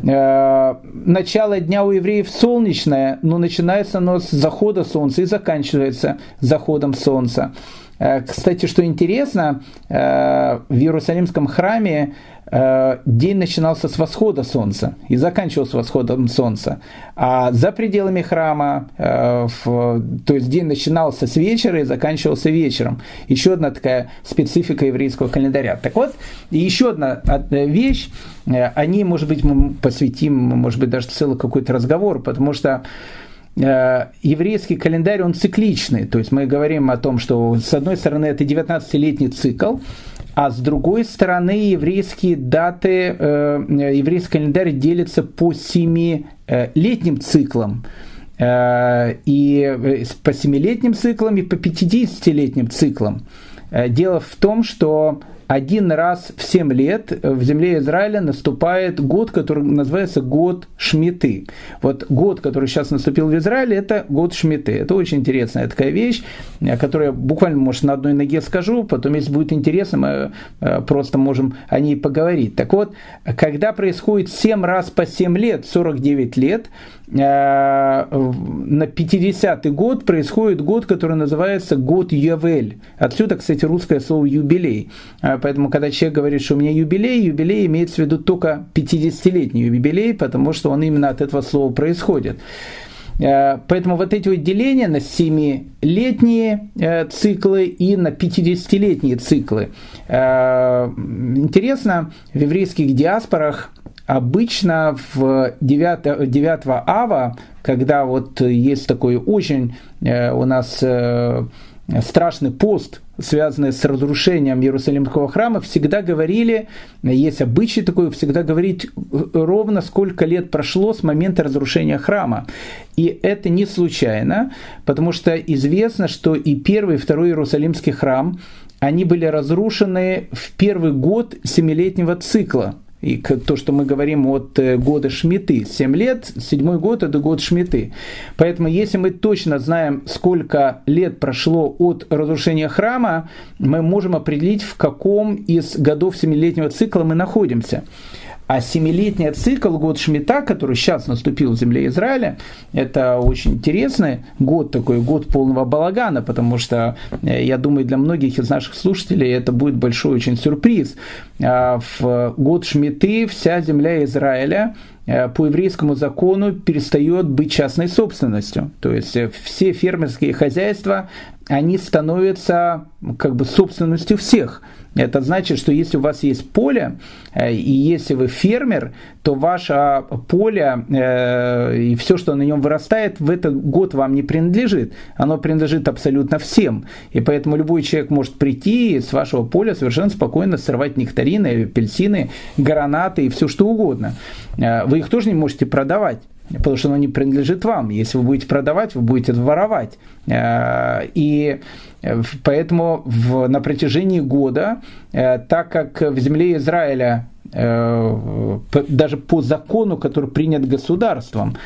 Э, начало дня у евреев солнечное, но начинается оно с захода солнца и заканчивается заходом солнца. Кстати, что интересно, в Иерусалимском храме день начинался с восхода солнца и заканчивался восходом солнца. А за пределами храма, то есть день начинался с вечера и заканчивался вечером. Еще одна такая специфика еврейского календаря. Так вот, и еще одна вещь, о ней, может быть, мы посвятим, может быть, даже целый какой-то разговор, потому что еврейский календарь, он цикличный, то есть мы говорим о том, что с одной стороны это девятнадцатилетний цикл, а с другой стороны еврейские даты, еврейский календарь делится по семилетним циклам, и по семилетним циклам, и по пятидесятилетним циклам. Дело в том, что один раз в семь лет в земле Израиля наступает год, который называется год Шмиты. Вот год, который сейчас наступил в Израиле, это год Шмиты. Это очень интересная такая вещь, которую я буквально, может, на одной ноге скажу, потом, если будет интересно, мы просто можем о ней поговорить. Так вот, когда происходит семь раз по семь лет, сорок девять лет, на пятидесятый год происходит год, который называется год Йовель. Отсюда, кстати, русское слово «юбилей». Поэтому, когда человек говорит, что у меня юбилей, юбилей имеется в виду только пятидесятилетний юбилей, потому что он именно от этого слова происходит. Поэтому вот эти вот деления на семилетние циклы и на пятидесятилетние циклы. Интересно, в еврейских диаспорах обычно в девятого ава, когда вот есть такой очень у нас страшный пост, связанный с разрушением Иерусалимского храма, всегда говорили, есть обычай такой, всегда говорить ровно сколько лет прошло с момента разрушения храма. И это не случайно, потому что известно, что и первый, и второй Иерусалимский храм, они были разрушены в первый год семилетнего цикла. И то, что мы говорим от года Шмиты. семь лет, седьмой год – это год Шмиты. Поэтому, если мы точно знаем, сколько лет прошло от разрушения храма, мы можем определить, в каком из годов семилетнего цикла мы находимся. А семилетний цикл, год Шмита, который сейчас наступил в земле Израиля, это очень интересный год такой, год полного балагана, потому что, я думаю, для многих из наших слушателей это будет большой очень сюрприз. В год Шмиты вся земля Израиля по еврейскому закону перестает быть частной собственностью. То есть все фермерские хозяйства, они становятся как бы собственностью всех. Это значит, что если у вас есть поле, и если вы фермер, то ваше поле и все, что на нем вырастает, в этот год вам не принадлежит. Оно принадлежит абсолютно всем. И поэтому любой человек может прийти и с вашего поля совершенно спокойно сорвать нектарины, апельсины, гранаты и все что угодно. Вы их тоже не можете продавать, потому что оно не принадлежит вам. Если вы будете продавать, вы будете воровать. И поэтому в, на протяжении года, так как в земле Израиля, даже по закону, который принят государством,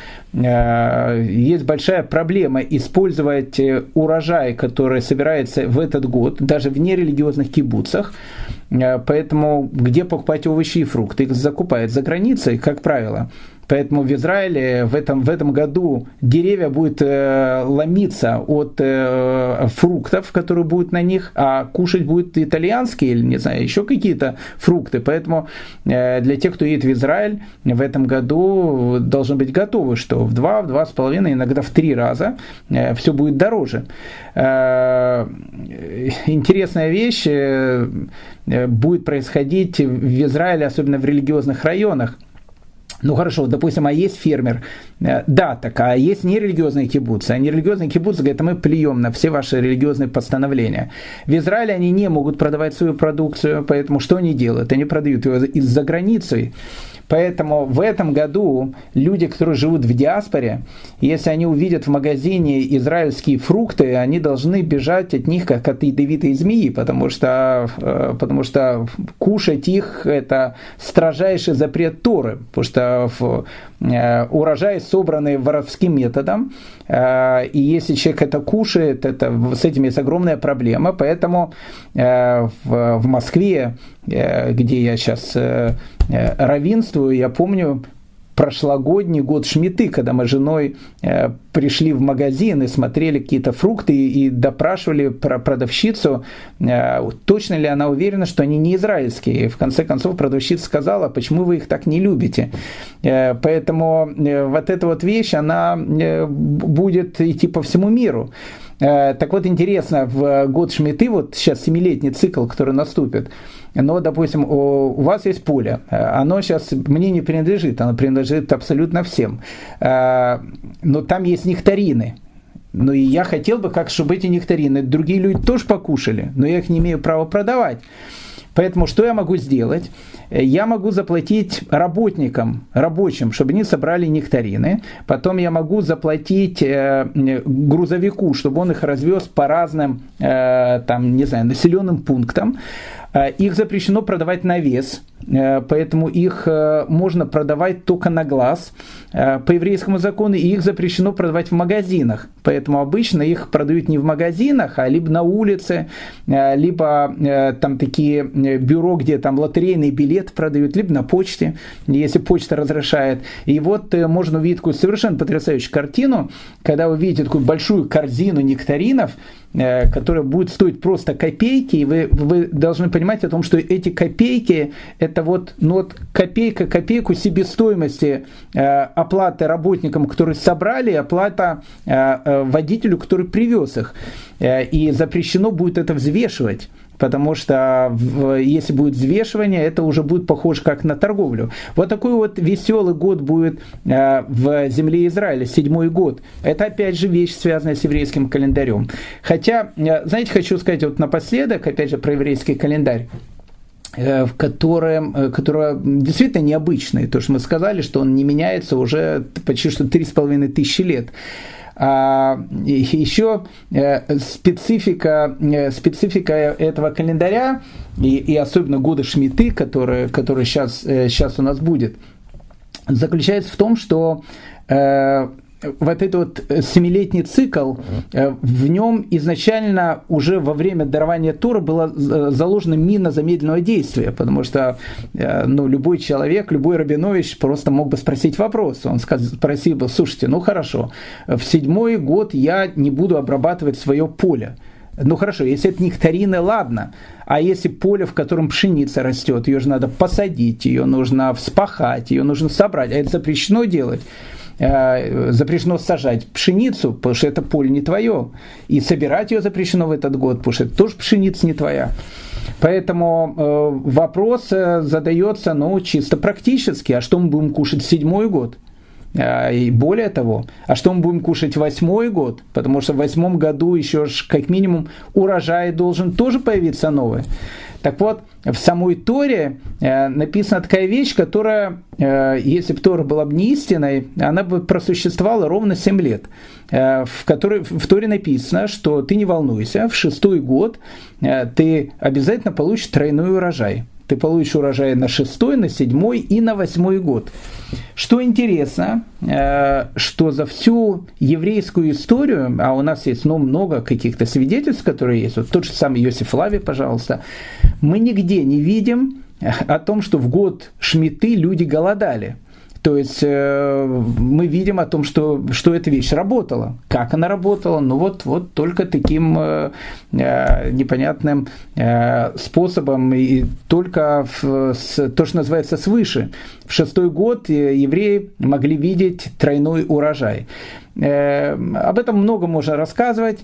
есть большая проблема использовать урожай, который собирается в этот год, даже в нерелигиозных кибуцах. Поэтому где покупать овощи и фрукты? Их закупают за границей, как правило. Поэтому в Израиле в этом, в этом году деревья будут э, ломиться от э, фруктов, которые будут на них, а кушать будут итальянские или, не знаю, еще какие-то фрукты. Поэтому э, для тех, кто едет в Израиль, в этом году должны быть готовы, что в два, в два с половиной, иногда в три раза э, все будет дороже. Э, интересная вещь э, будет происходить в Израиле, особенно в религиозных районах. Ну хорошо, допустим, а есть фермер, да, так, а есть нерелигиозные кибуцы, а нерелигиозные кибуцы говорят, мы плюем на все ваши религиозные постановления. В Израиле они не могут продавать свою продукцию, поэтому что они делают? Они продают ее из-за границы. Поэтому в этом году люди, которые живут в диаспоре, если они увидят в магазине израильские фрукты, они должны бежать от них, как от ядовитой змеи, потому что, потому что кушать их – это строжайший запрет Торы, потому что урожай собранный воровским методом, и если человек это кушает, это, с этим есть огромная проблема, поэтому в, в Москве, где я сейчас раввинствую, я помню прошлогодний год Шмиты, когда мы с женой э, пришли в магазин и смотрели какие-то фрукты и, и допрашивали про продавщицу, э, точно ли она уверена, что они не израильские. И в конце концов продавщица сказала, почему вы их так не любите. Э, поэтому э, вот эта вот вещь, она э, будет идти по всему миру. Э, так вот, интересно, в год Шмиты, вот сейчас семилетний цикл, который наступит, но, допустим, у вас есть поле, оно сейчас мне не принадлежит, оно принадлежит абсолютно всем, но там есть нектарины. Ну и я хотел бы, как, чтобы эти нектарины другие люди тоже покушали, но я их не имею права продавать. Поэтому что я могу сделать? Я могу заплатить работникам, рабочим, чтобы они собрали нектарины. Потом я могу заплатить грузовику, чтобы он их развез по разным, там, не знаю, населенным пунктам. Их запрещено продавать на вес, поэтому их можно продавать только на глаз по еврейскому закону, и их запрещено продавать в магазинах. Поэтому обычно их продают не в магазинах, а либо на улице, либо там такие бюро, где там лотерейные билеты продают, либо на почте, если почта разрешает. И вот можно увидеть такую совершенно потрясающую картину, когда вы видите такую большую корзину нектаринов, которая будет стоить просто копейки, и вы, вы должны понимать о том, что эти копейки, это вот, ну вот копейка копейку себестоимости э, оплаты работникам, которые собрали, оплата э, водителю, который привез их. Э, и запрещено будет это взвешивать. Потому что если будет взвешивание, это уже будет похоже как на торговлю. Вот такой вот веселый год будет в земле Израиля, седьмой год. Это опять же вещь, связанная с еврейским календарем. Хотя, знаете, хочу сказать вот напоследок, опять же, про еврейский календарь, в котором, который действительно необычный. То, что мы сказали, что он не меняется уже почти что три с половиной тысячи лет. А еще специфика, специфика этого календаря, и, и особенно года Шмиты, который, который сейчас, сейчас у нас будет, заключается в том, что э, вот этот вот семилетний цикл, в нем изначально уже во время дарования Торы была заложена мина замедленного действия, потому что ну, любой человек, любой Рабинович просто мог бы спросить вопрос. Он спросил бы: слушайте, ну хорошо, в седьмой год я не буду обрабатывать свое поле. Ну хорошо, если это нектарины, ладно, а если поле, в котором пшеница растет, ее же надо посадить, ее нужно вспахать, ее нужно собрать, а это запрещено делать. Запрещено сажать пшеницу, потому что это поле не твое, и собирать ее запрещено в этот год, потому что это тоже пшеница не твоя. Поэтому э, вопрос задается, ну, чисто практически: а что мы будем кушать в седьмой год? И более того, а что мы будем кушать в восьмой год? Потому что в восьмом году еще ж, как минимум, урожай должен тоже появиться новый. Так вот, в самой Торе э, написана такая вещь, которая, э, если бы Тора была бы не истиной, она бы просуществовала ровно семь лет, э, в которой в Торе написано, что ты не волнуйся, в шестой год э, ты обязательно получишь тройной урожай. Ты получишь урожай на шестой, на седьмой и на восьмой год. Что интересно, что за всю еврейскую историю, а у нас есть ну, много каких-то свидетельств, которые есть, вот тот же самый Йосеф Флавий, пожалуйста, мы нигде не видим о том, что в год Шмиты люди голодали. То есть э, мы видим о том, что, что эта вещь работала. Как она работала? Ну вот, вот только таким э, э, непонятным э, способом, и только в, с, то, что называется, свыше. В шестой год евреи могли видеть тройной урожай. Э, об этом много можно рассказывать.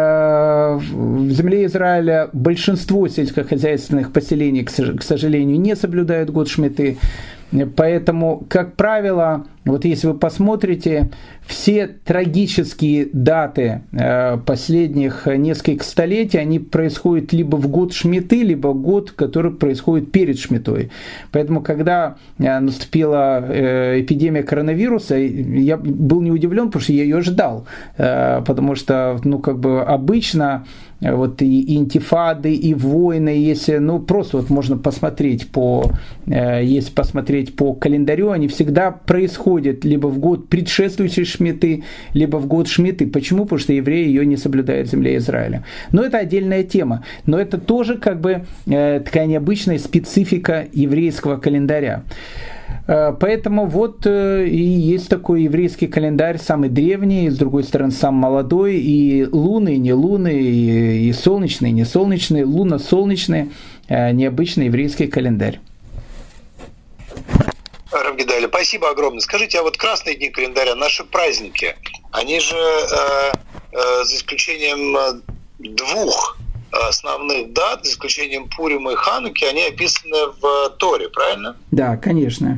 Э, в земле Израиля большинство сельскохозяйственных поселений, к, к сожалению, не соблюдают год Шмиты. Поэтому, как правило, вот если вы посмотрите, все трагические даты последних нескольких столетий, они происходят либо в год Шмиты, либо в год, который происходит перед Шмитой. Поэтому, когда наступила эпидемия коронавируса, я был не удивлен, потому что я ее ждал. Потому что, ну, как бы обычно вот и интифады, и войны, если, ну, просто вот можно посмотреть по, если посмотреть по календарю, они всегда происходят либо в год предшествующий Шмиты, либо в год Шмиты. Почему? Потому что евреи ее не соблюдают в земле Израиля. Но это отдельная тема. Но это тоже как бы такая необычная специфика еврейского календаря. Поэтому вот и есть такой еврейский календарь, самый древний, с другой стороны, самый молодой, и лунный, и не лунный, и солнечный, и не солнечный, лунно-солнечный, необычный еврейский календарь. Рав Гедалия, спасибо огромное. Скажите, а вот красные дни календаря, наши праздники, они же, э, э, за исключением двух основных дат, за исключением Пурима и Хануки, они описаны в Торе, правильно? Да, конечно.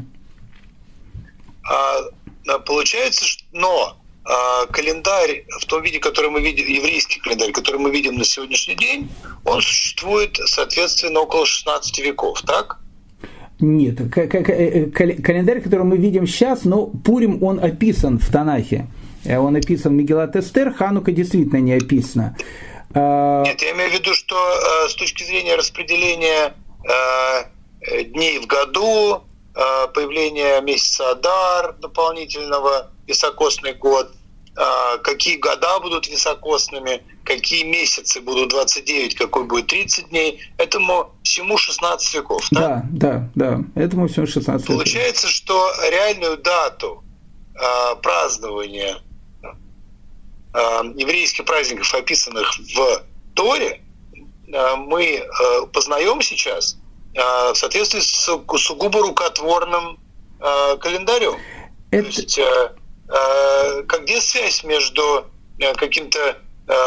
А, получается, что, но а, календарь в том виде, который мы видим, еврейский календарь, который мы видим на сегодняшний день, он существует, соответственно, около шестнадцати веков, так? Нет, календарь, который мы видим сейчас, но Пурим, он описан в Танахе. Он описан в Мегилат Эстер, Ханука действительно не описана. Нет, я имею в виду, что с точки зрения распределения дней в году, появления месяца Адар дополнительного, високосный год, какие года будут високосными, какие месяцы будут двадцать девять, какой будет тридцать дней. Этому всему шестнадцать веков, да? Да, да, да. Этому всему шестнадцать веков. Получается, что реальную дату э, празднования э, еврейских праздников, описанных в Торе, э, мы э, познаем сейчас э, в соответствии с сугубо рукотворным э, календарем. Это... То есть, э, э, где связь между э, каким-то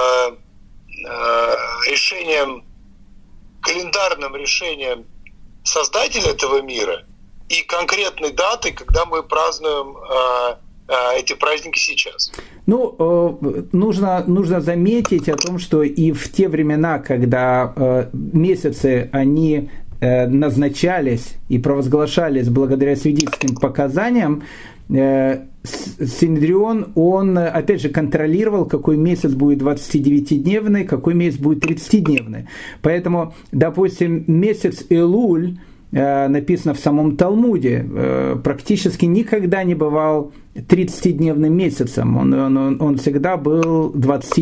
решением, календарным решением создателя этого мира и конкретной датой, когда мы празднуем эти праздники сейчас? Ну, нужно, нужно заметить о том, что и в те времена, когда месяцы, они назначались и провозглашались благодаря свидетельским показаниям, Синедрион, он, опять же, контролировал, какой месяц будет двадцатидевятидневный, какой месяц будет тридцатидневный. Поэтому, допустим, месяц Элуль, написано в самом Талмуде, практически никогда не бывал тридцатидневным месяцем. Он, он, он всегда был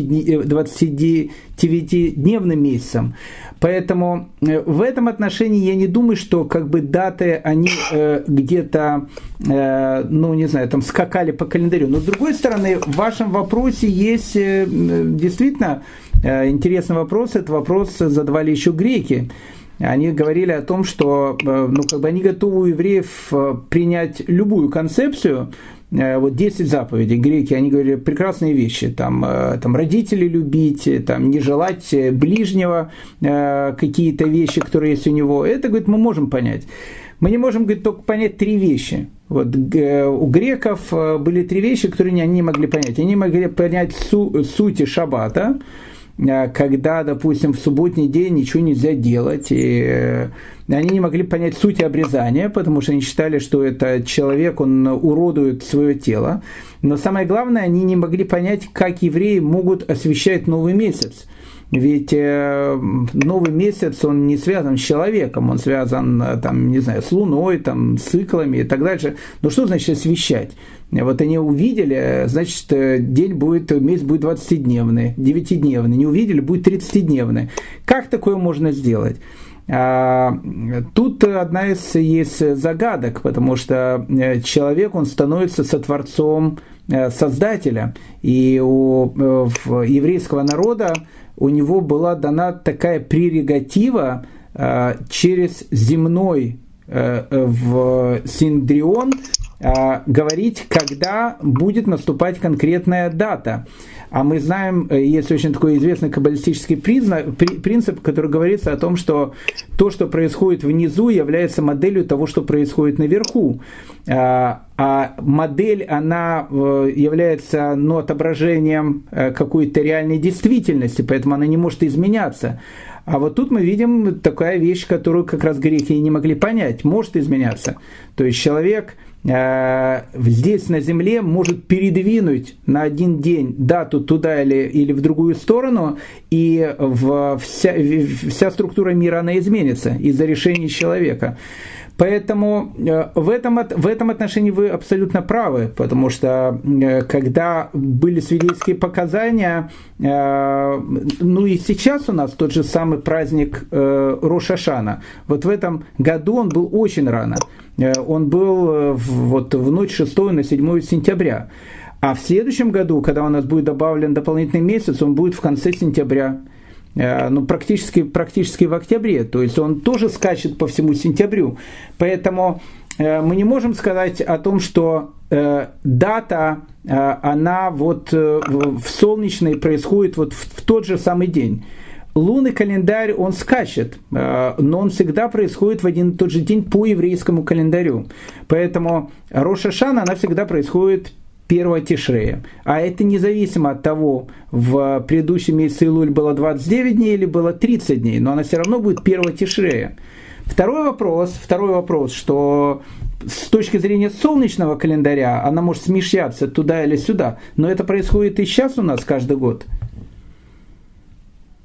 двадцатидевятидневным месяцем. Поэтому в этом отношении я не думаю, что как бы даты, они э, где-то, э, ну не знаю, там скакали по календарю. Но с другой стороны, в вашем вопросе есть э, действительно э, интересный вопрос. Этот вопрос задавали еще греки. Они говорили о том, что э, ну, как бы они готовы у евреев принять любую концепцию. Вот десять заповедей, греки, они говорили прекрасные вещи, там, там родителей любить, там, не желать ближнего, какие-то вещи, которые есть у него, это, говорит, мы можем понять. Мы не можем, говорит, только понять три вещи. Вот, у греков были три вещи, которые они не могли понять. Они не могли понять су- сути шаббата, когда, допустим, в субботний день ничего нельзя делать, и они не могли понять сути обрезания, потому что они считали, что это человек, он уродует свое тело. Но самое главное, они не могли понять, как евреи могут освящать новый месяц. Ведь новый месяц, он не связан с человеком, он связан, там, не знаю, с луной, там, с циклами и так дальше. Но что значит освящать? Вот они увидели, значит, день будет, месяц будет двадцатидневный, девятидневный. Не увидели, будет тридцатидневный. Как такое можно сделать? Тут одна из есть загадок, потому что человек, он становится сотворцом Создателя. И у еврейского народа у него была дана такая прерогатива через земной в Синедрион говорить, когда будет наступать конкретная дата. А мы знаем, есть очень такой известный каббалистический принцип, который говорится о том, что то, что происходит внизу, является моделью того, что происходит наверху. А модель, она является, ну, отображением какой-то реальной действительности, поэтому она не может изменяться. А вот тут мы видим такая вещь, которую как раз греки не могли понять, может изменяться. То есть человек э, здесь на земле может передвинуть на один день дату туда или, или в другую сторону, и в, вся, вся структура мира, она изменится из-за решений человека. Поэтому в этом, в этом отношении вы абсолютно правы, потому что когда были свидетельские показания, ну и сейчас у нас тот же самый праздник Рош ха-Шана, вот в этом году он был очень рано, он был вот в ночь шестого на седьмое сентября, а в следующем году, когда у нас будет добавлен дополнительный месяц, он будет в конце сентября. Ну, практически, практически в октябре, то есть он тоже скачет по всему сентябрю. Поэтому э, мы не можем сказать о том, что э, дата, э, она вот э, в солнечной происходит вот в, в тот же самый день. Лунный календарь, он скачет, э, но он всегда происходит в один и тот же день по еврейскому календарю. Поэтому Рош ха-Шана, она всегда происходит первого Тишрея. А это независимо от того, в предыдущем месяце Илуль было двадцать девять дней или было тридцать дней, но она все равно будет первого Тишрея. Второй вопрос, второй вопрос, что с точки зрения солнечного календаря она может смещаться туда или сюда, но это происходит и сейчас у нас каждый год.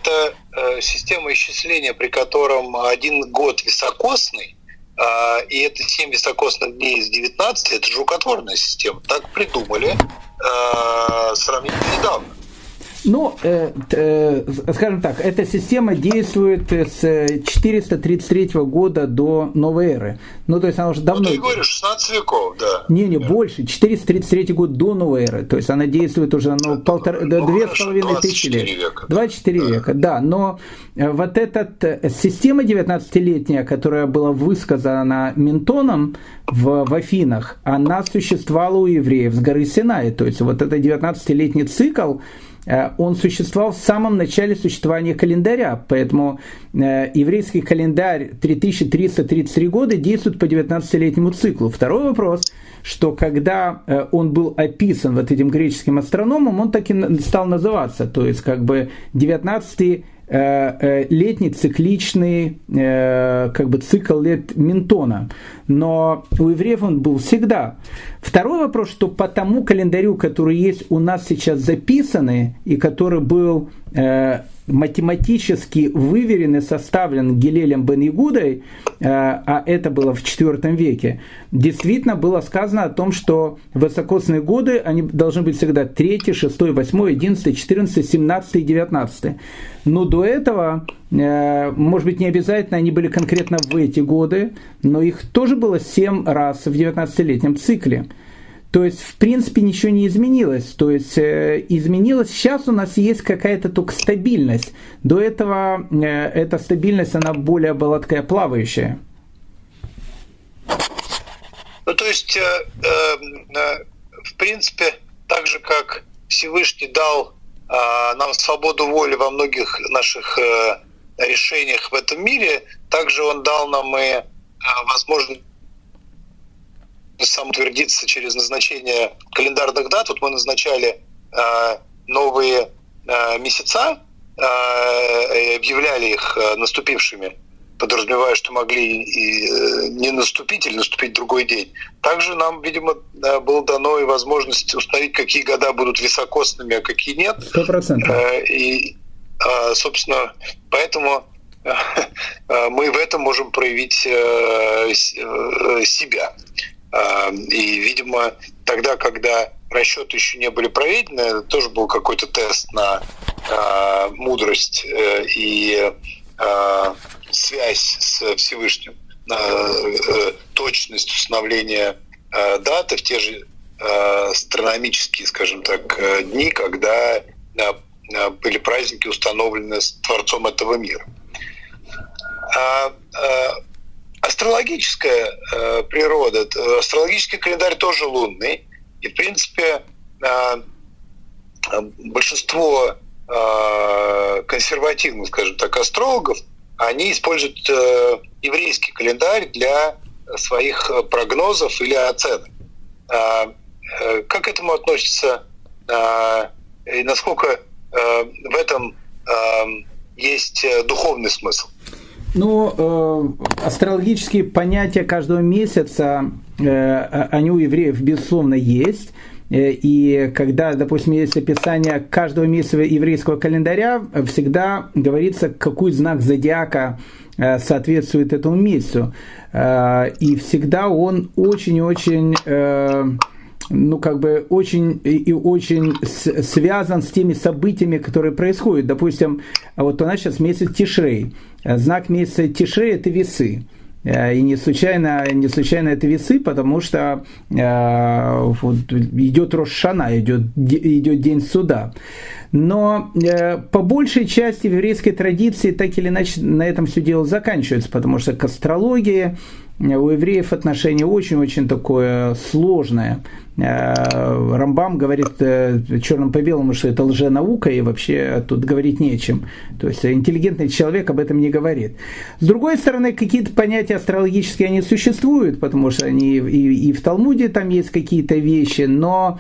это система исчисления, при котором один год високосный, и это семь високосных дней из девятнадцати, это же рукотворная система. Так придумали сравнительно недавно. Ну, э, э, скажем так, эта система действует с четыреста тридцать третьего года до новой эры. Ну, то есть она уже давно... Ну, ты говоришь, шестнадцать веков, да. Не-не, больше, четыреста тридцать третий год до новой эры. То есть она действует уже ну, полтора, ну, две с половиной тысячи лет. Века, двадцать четыре да. века, да. Но вот эта система девятнадцатилетняя, которая была высказана Минтоном в, в Афинах, она существовала у евреев с горы Синай. То есть вот этот девятнадцатилетний цикл, он существовал в самом начале существования календаря, поэтому э, еврейский календарь три тысячи триста тридцать три года действует по девятнадцатилетнему циклу. Второй вопрос, что когда э, он был описан вот этим греческим астрономом, он так и стал называться, то есть как бы девятнадцатый летний цикличный как бы цикл лет Минтона. Но у евреев он был всегда. Второй вопрос, что по тому календарю, который есть у нас сейчас записанный, и который был математически выверен и составлен Гилелем бен Ягудой, а это было в четвёртом веке, действительно было сказано о том, что высокосные годы, они должны быть всегда третий, шестой, восьмой, одиннадцатый, четырнадцатый, семнадцатый и девятнадцатый. Но до этого, может быть, не обязательно они были конкретно в эти годы, но их тоже было семь раз в девятнадцатилетнем цикле. То есть, в принципе, ничего не изменилось. То есть, э, изменилось, сейчас у нас есть какая-то только стабильность. До этого э, эта стабильность, она более была такая плавающая. Ну, то есть, э, э, в принципе, так же, как Всевышний дал э, нам свободу воли во многих наших э, решениях в этом мире, также Он дал нам и э, возможность самоутвердиться через назначение календарных дат. Вот мы назначали э, новые э, месяца, э, объявляли их э, наступившими, подразумевая, что могли и э, не наступить или наступить другой день. Также нам, видимо, э, было дано и возможность установить, какие года будут високосными, а какие нет. Сто процентов. Э, и, э, собственно, поэтому э, мы в этом можем проявить э, себя. И, видимо, тогда, когда расчеты еще не были проведены, это тоже был какой-то тест на э, мудрость э, и э, связь с Всевышним, на э, точность установления э, даты в те же э, астрономические, скажем так, дни, когда э, были праздники установлены с Творцом этого мира. А, э, Астрологическая э, природа, астрологический календарь тоже лунный, и, в принципе, э, большинство э, консервативных, скажем так, астрологов, они используют э, еврейский календарь для своих прогнозов или оценок. Э, э, как к этому относится, э, и насколько э, в этом э, есть духовный смысл? Ну, э, астрологические понятия каждого месяца, э, они у евреев, безусловно, есть. И когда, допустим, есть описание каждого месяца еврейского календаря, всегда говорится, какой знак зодиака э, соответствует этому месяцу. Э, и всегда он очень и очень... Э, ну, как бы очень и очень связан с теми событиями, которые происходят. Допустим, вот у нас сейчас месяц Тишрей. Знак месяца Тишрей – это весы. И не случайно, не случайно это весы, потому что э, вот, идет Рош ха-Шана, идет, идет День суда. Но э, по большей части в еврейской традиции так или иначе на этом все дело заканчивается, потому что к астрологии у евреев отношение очень-очень такое сложное. Рамбам говорит черным по белому, что это лженаука, и вообще тут говорить не о чем. То есть интеллигентный человек об этом не говорит. С другой стороны, какие-то понятия астрологические, они существуют, потому что они и, и в Талмуде там есть какие-то вещи, но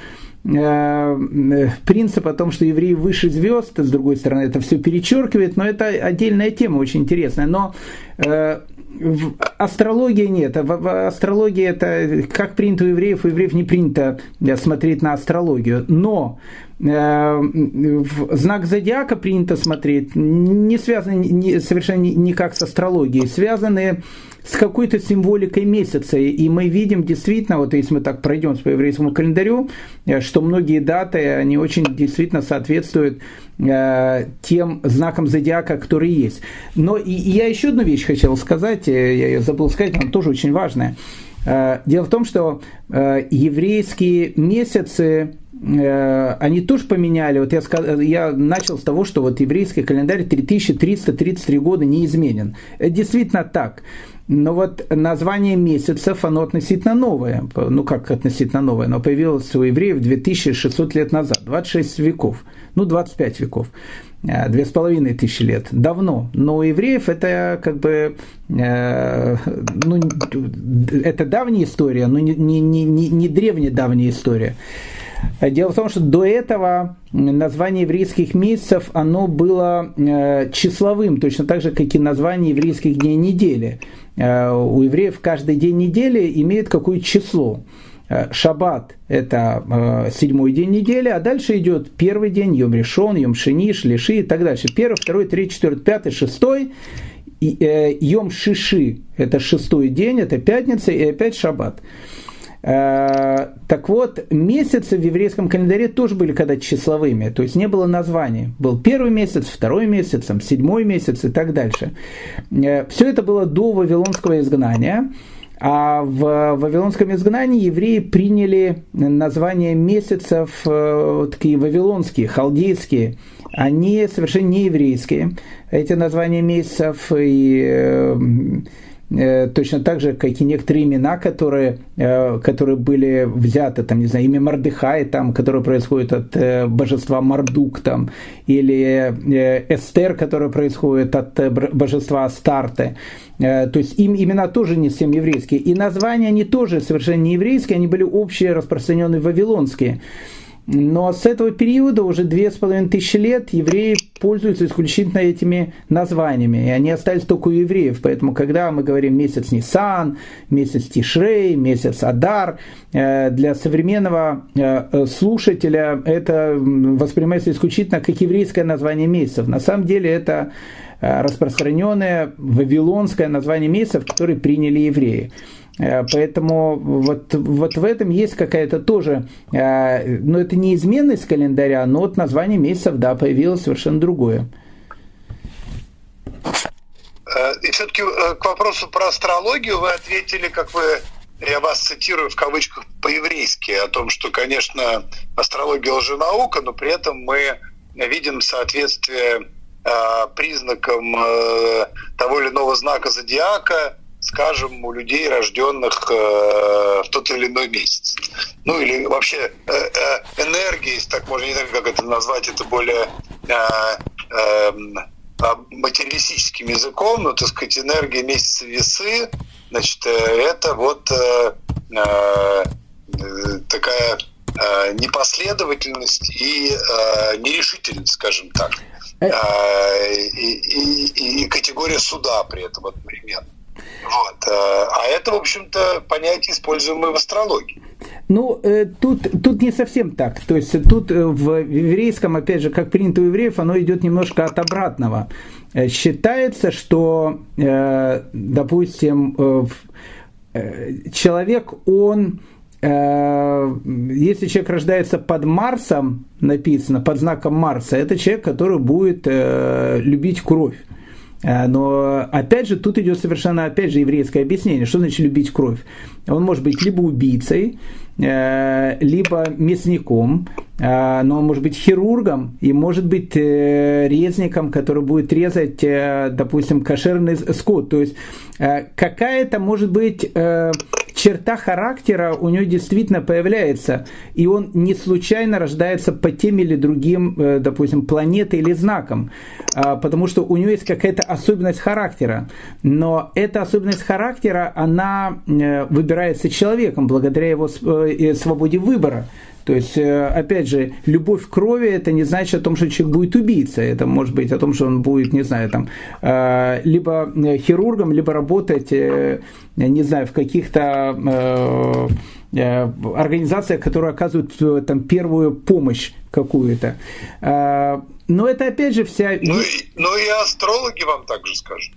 э, принцип о том, что евреи выше звезд, с другой стороны, это все перечеркивает, но это отдельная тема, очень интересная. Но э, в астрологии нет. В астрологии это как принято у евреев, у евреев не принято смотреть на астрологию. Но знак зодиака принято смотреть, не связаны совершенно никак с астрологией, связаны с какой-то символикой месяца. И мы видим действительно, вот если мы так пройдем по еврейскому календарю, что многие даты, они очень действительно соответствуют тем знакам зодиака, которые есть. Но и, и я еще одну вещь хотел сказать, я ее забыл сказать, она тоже очень важная. Дело в том, что еврейские месяцы, они тоже поменяли. Вот я, сказал, я начал с того, что вот еврейский календарь три тысячи триста тридцать три года не изменен. Это действительно так. Но вот название месяцев, оно относительно новое. Ну, как относительно новое? Оно появилось у евреев две тысячи шестьсот лет назад, двадцать шесть веков, ну, двадцать пять веков. Две с половиной тысячи лет. Давно. Но у евреев это как бы э, ну, это давняя история, но не, не, не, не древняя давняя история. Дело в том, что до этого название еврейских месяцев, оно было э, числовым, точно так же, как и название еврейских дней недели. Э, у евреев каждый день недели имеет какое-то число. Шаббат – это э, седьмой день недели, а дальше идет первый день, Йом Ришон, Йом Шени, Шлиши и так дальше. Первый, второй, третий, четвертый, пятый, шестой. И, э, Йом Шиши – это шестой день, это пятница и опять Шаббат. Э, так вот, месяцы в еврейском календаре тоже были когда-то числовыми, то есть не было названий. Был первый месяц, второй месяц, седьмой месяц и так дальше. Э, все это было до Вавилонского изгнания. А в Вавилонском изгнании евреи приняли названия месяцев э, такие вавилонские, халдейские. Они совершенно не еврейские. Эти названия месяцев и э, э, точно так же, как и некоторые имена, которые, э, которые были взяты, там, не знаю, имя Мордехай, там, которое происходит от э, божества Мардук, там, или э, Эстер, которое происходит от э, божества Астарте. То есть им имена тоже не всем еврейские. И названия они тоже совершенно не еврейские, они были общие, распространенные вавилонские. Но с этого периода уже две с половиной тысячи лет евреи пользуются исключительно этими названиями. И они остались только у евреев. Поэтому, когда мы говорим месяц Нисан, месяц Тишрей, месяц Адар, для современного слушателя это воспринимается исключительно как еврейское название месяцев. На самом деле это распространенное вавилонское название месяцев, которые приняли евреи. Поэтому вот, вот в этом есть какая-то тоже, но это не изменность календаря, но вот название месяцев, да, появилось совершенно другое. И все-таки к вопросу про астрологию вы ответили, как вы, я вас цитирую в кавычках по-еврейски, о том, что, конечно, астрология лженаука, но при этом мы видим соответствие признакам того или иного знака зодиака, скажем, у людей, рожденных в тот или иной месяц. Ну или вообще энергия, если так можно, не знаю, как это назвать, это более материалистическим языком, но, так сказать, энергия месяца Весы, значит, это вот такая непоследовательность и нерешительность, скажем так. И, и, и категория суда при этом одновременно. Вот. А это, в общем-то, понятие, используемое в астрологии. Ну, тут, тут не совсем так. То есть тут в еврейском, опять же, как принято у евреев, оно идет немножко от обратного. Считается, что, допустим, человек, он... Если человек рождается под Марсом, написано, под знаком Марса, это человек, который будет э, любить кровь. Но, опять же, тут идет совершенно, опять же, еврейское объяснение. Что значит любить кровь? Он может быть либо убийцей, э, либо мясником, э, но он может быть хирургом и может быть э, резником, который будет резать, э, допустим, кошерный скот. То есть, э, какая-то, может быть, э, черта характера у него действительно появляется, и он не случайно рождается по тем или другим, допустим, планетой или знаком, потому что у него есть какая-то особенность характера, но эта особенность характера, она выбирается человеком благодаря его свободе выбора. То есть, опять же, любовь к крови – это не значит о том, что человек будет убийцей. Это может быть о том, что он будет, не знаю, там, либо хирургом, либо работать, не знаю, в каких-то организациях, которые оказывают там первую помощь какую-то. Но это, опять же, вся... Ну и, ну и астрологи вам также скажут.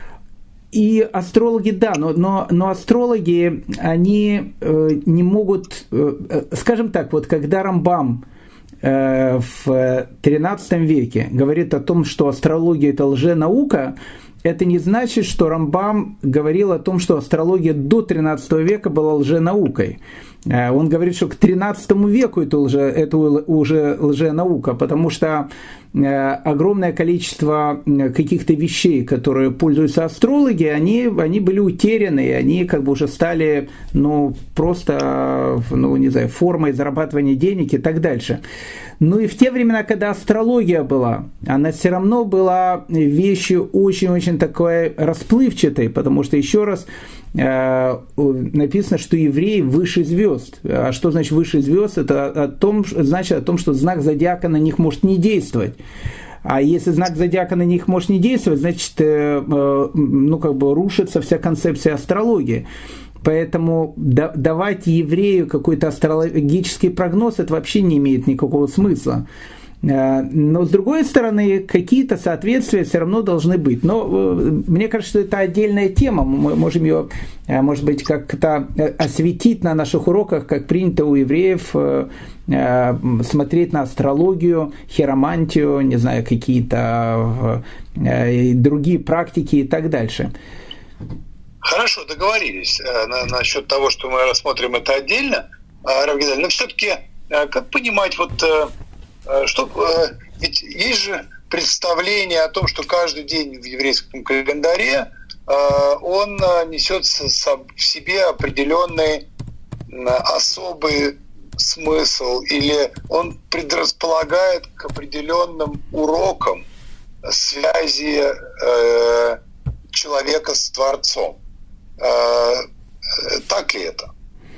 И астрологи, да, но, но, но астрологи, они э, не могут, э, скажем так, вот когда Рамбам э, в тринадцатом веке говорит о том, что астрология – это лженаука, это не значит, что Рамбам говорил о том, что астрология до тринадцатого века была лженаукой. Он говорит, что к тринадцатому веку это уже, это уже лженаука, потому что огромное количество каких-то вещей, которые пользуются астрологи, они, они были утеряны, они как бы уже стали, ну, просто, ну, не знаю, формой зарабатывания денег и так дальше. Ну и в те времена, когда астрология была, она все равно была вещью очень-очень такой расплывчатой, потому что, еще раз, написано, что евреи выше звезд. А что значит выше звезд? Это о том, значит о том, что знак зодиака на них может не действовать. А если знак зодиака на них может не действовать, значит, ну, как бы рушится вся концепция астрологии. Поэтому давать еврею какой-то астрологический прогноз, это вообще не имеет никакого смысла. Но, с другой стороны, какие-то соответствия все равно должны быть. Но мне кажется, что это отдельная тема. Мы можем ее, может быть, как-то осветить на наших уроках, как принято у евреев смотреть на астрологию, хиромантию, не знаю, какие-то другие практики и так дальше. Хорошо, договорились насчет того, что мы рассмотрим это отдельно, Рав Гидаль. Но все-таки, как понимать, вот... Что, ведь есть же представление о том, что каждый день в еврейском календаре он несет в себе определенный особый смысл, или он предрасполагает к определенным урокам связи человека с Творцом. Так ли это?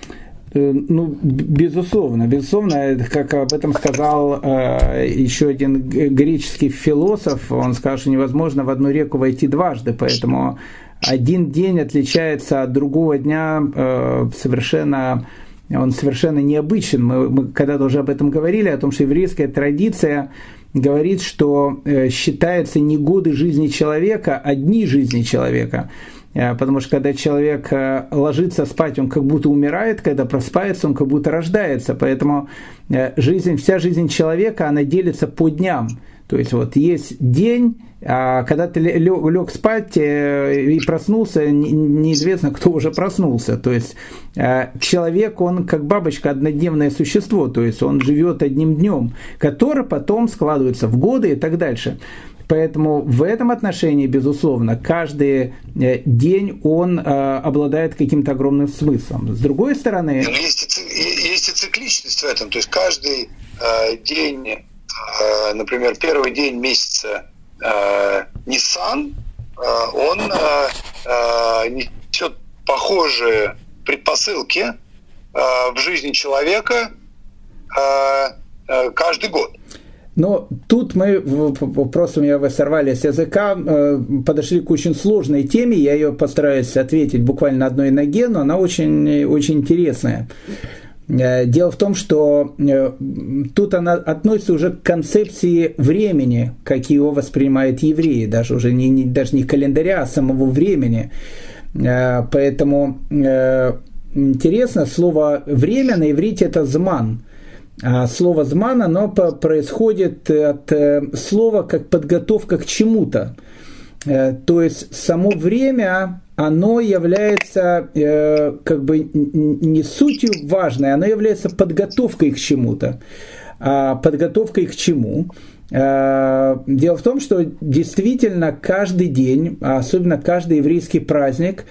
Ну, безусловно, безусловно, как об этом сказал э, еще один греческий философ, он сказал, что невозможно в одну реку войти дважды, поэтому один день отличается от другого дня э, совершенно, он совершенно необычен. Мы, мы когда-то уже об этом говорили, о том, что еврейская традиция говорит, что э, считаются не годы жизни человека, а дни жизни человека. Потому что когда человек ложится спать, он как будто умирает, когда просыпается, он как будто рождается. Поэтому жизнь, вся жизнь человека, она делится по дням. То есть вот есть день, а когда ты лег спать и проснулся, неизвестно, кто уже проснулся. То есть человек, он как бабочка, однодневное существо, то есть он живет одним днем, который потом складывается в годы и так дальше. Поэтому в этом отношении, безусловно, каждый день он э, обладает каким-то огромным смыслом. С другой стороны... Есть и, есть и цикличность в этом. То есть каждый э, день, э, например, первый день месяца э, Нисан, э, он э, э, несет похожие предпосылки э, в жизни человека э, э, каждый год. Но тут мы, просто меня вы сорвали с языка, подошли к очень сложной теме, я ее постараюсь ответить буквально на одной ноге, но она очень, очень интересная. Дело в том, что тут она относится уже к концепции времени, как его воспринимают евреи, даже уже не, не, даже не календаря, а самого времени. Поэтому интересно, слово «время» на иврите – это «зман». А слово «зман», оно происходит от слова как подготовка к чему-то. То есть само время, оно является как бы не сутью важной, оно является подготовкой к чему-то. А подготовкой к чему? Дело в том, что действительно каждый день, особенно каждый еврейский праздник,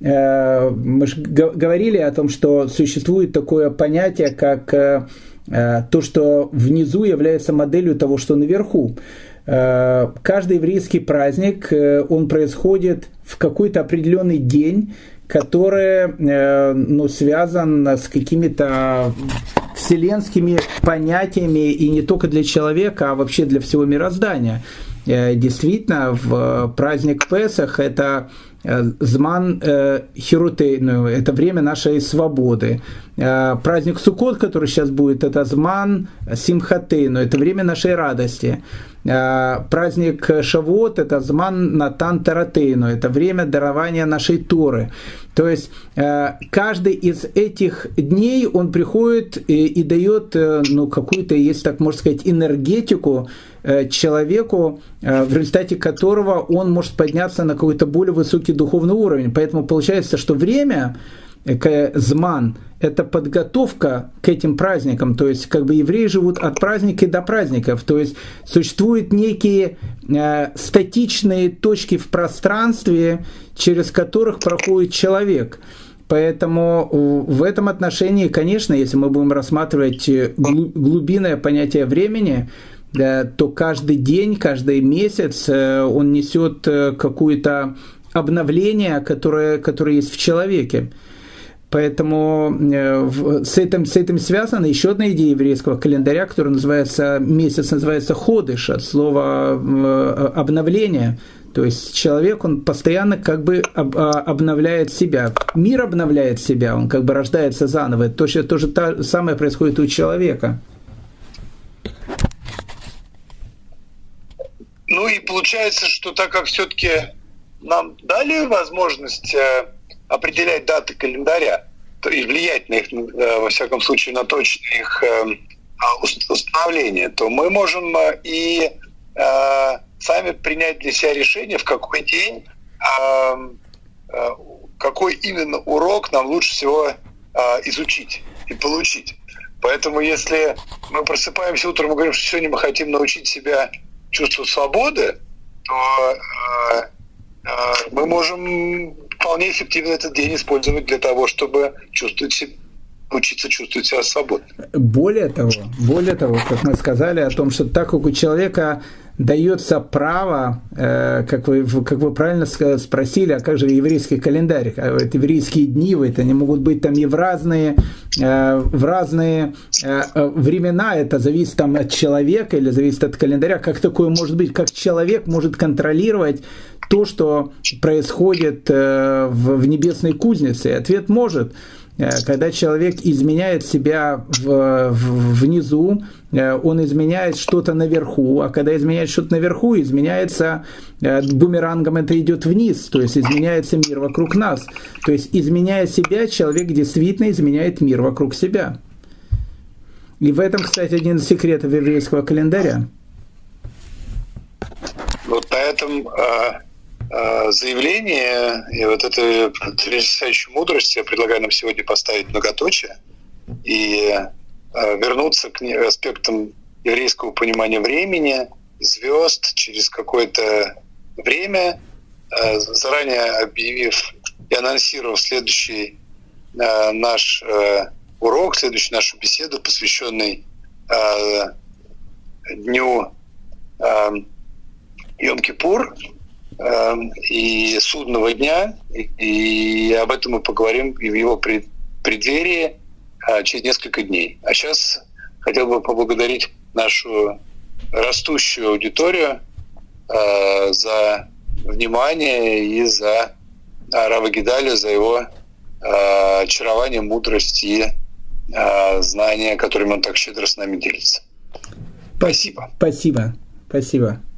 мы же говорили о том, что существует такое понятие, как то, что внизу является моделью того, что наверху. Каждый еврейский праздник, он происходит в какой-то определенный день, который, ну, связан с какими-то вселенскими понятиями и не только для человека, а вообще для всего мироздания. Действительно, в праздник Песах это Зман Хирутейну, это время нашей свободы. Праздник Суккот, который сейчас будет, это Зман Симхатейну, это время нашей радости. Праздник Шавуот, это Зман Натан Таратейну, это время дарования нашей Торы. То есть каждый из этих дней он приходит и, и дает, ну, какую-то, если так можно сказать, энергетику человеку, в результате которого он может подняться на какой-то более высокий духовный уровень. Поэтому получается, что время, зман, это подготовка к этим праздникам. То есть, как бы евреи живут от праздника до праздников. То есть, существуют некие э, статичные точки в пространстве, через которых проходит человек. Поэтому в этом отношении, конечно, если мы будем рассматривать глубинное понятие времени, то каждый день, каждый месяц он несет какое-то обновление, которое, которое есть в человеке. Поэтому с этим, с этим связана еще одна идея еврейского календаря, который называется, месяц называется ходыш, от слова обновление. То есть человек, он постоянно как бы обновляет себя. Мир обновляет себя, он как бы рождается заново. То же, то же самое происходит у человека. Ну и получается, что так как все-таки нам дали возможность определять даты календаря и влиять на их, во всяком случае, на точное их установление, то мы можем и сами принять для себя решение, в какой день, какой именно урок нам лучше всего изучить и получить. Поэтому если мы просыпаемся утром и говорим, что сегодня мы хотим научить себя чувству свободы, то э, э, мы можем вполне эффективно этот день использовать для того, чтобы чувствовать себя, учиться чувствовать себя свободно. Более того, более того, как мы сказали о том, что так как у человека дается право, э, как, вы, как вы правильно спросили, а как же еврейский календарь? А вот еврейские дни, это они могут быть там и в разные, э, в разные э, времена, это зависит там от человека или зависит от календаря. Как такое может быть? Как человек может контролировать то, что происходит э, в, в небесной кузнице? И ответ может. Когда человек изменяет себя в, в, внизу, он изменяет что-то наверху, а когда изменяет что-то наверху, изменяется бумерангом, это идет вниз, то есть изменяется мир вокруг нас. То есть изменяя себя, человек действительно изменяет мир вокруг себя. И в этом, кстати, один из секретов еврейского календаря. Вот на этом заявление и вот этой потрясающей мудрости я предлагаю нам сегодня поставить многоточие и вернуться к аспектам еврейского понимания времени, звезд через какое-то время, заранее объявив и анонсировав следующий наш урок, следующую нашу беседу, посвященный дню Йом-Кипур и судного дня, и об этом мы поговорим и в его преддверии через несколько дней. А сейчас хотел бы поблагодарить нашу растущую аудиторию за внимание и за Рава Гидалия, за его очарование, мудрость и знания, которыми он так щедро с нами делится. Спасибо. Спасибо. Спасибо.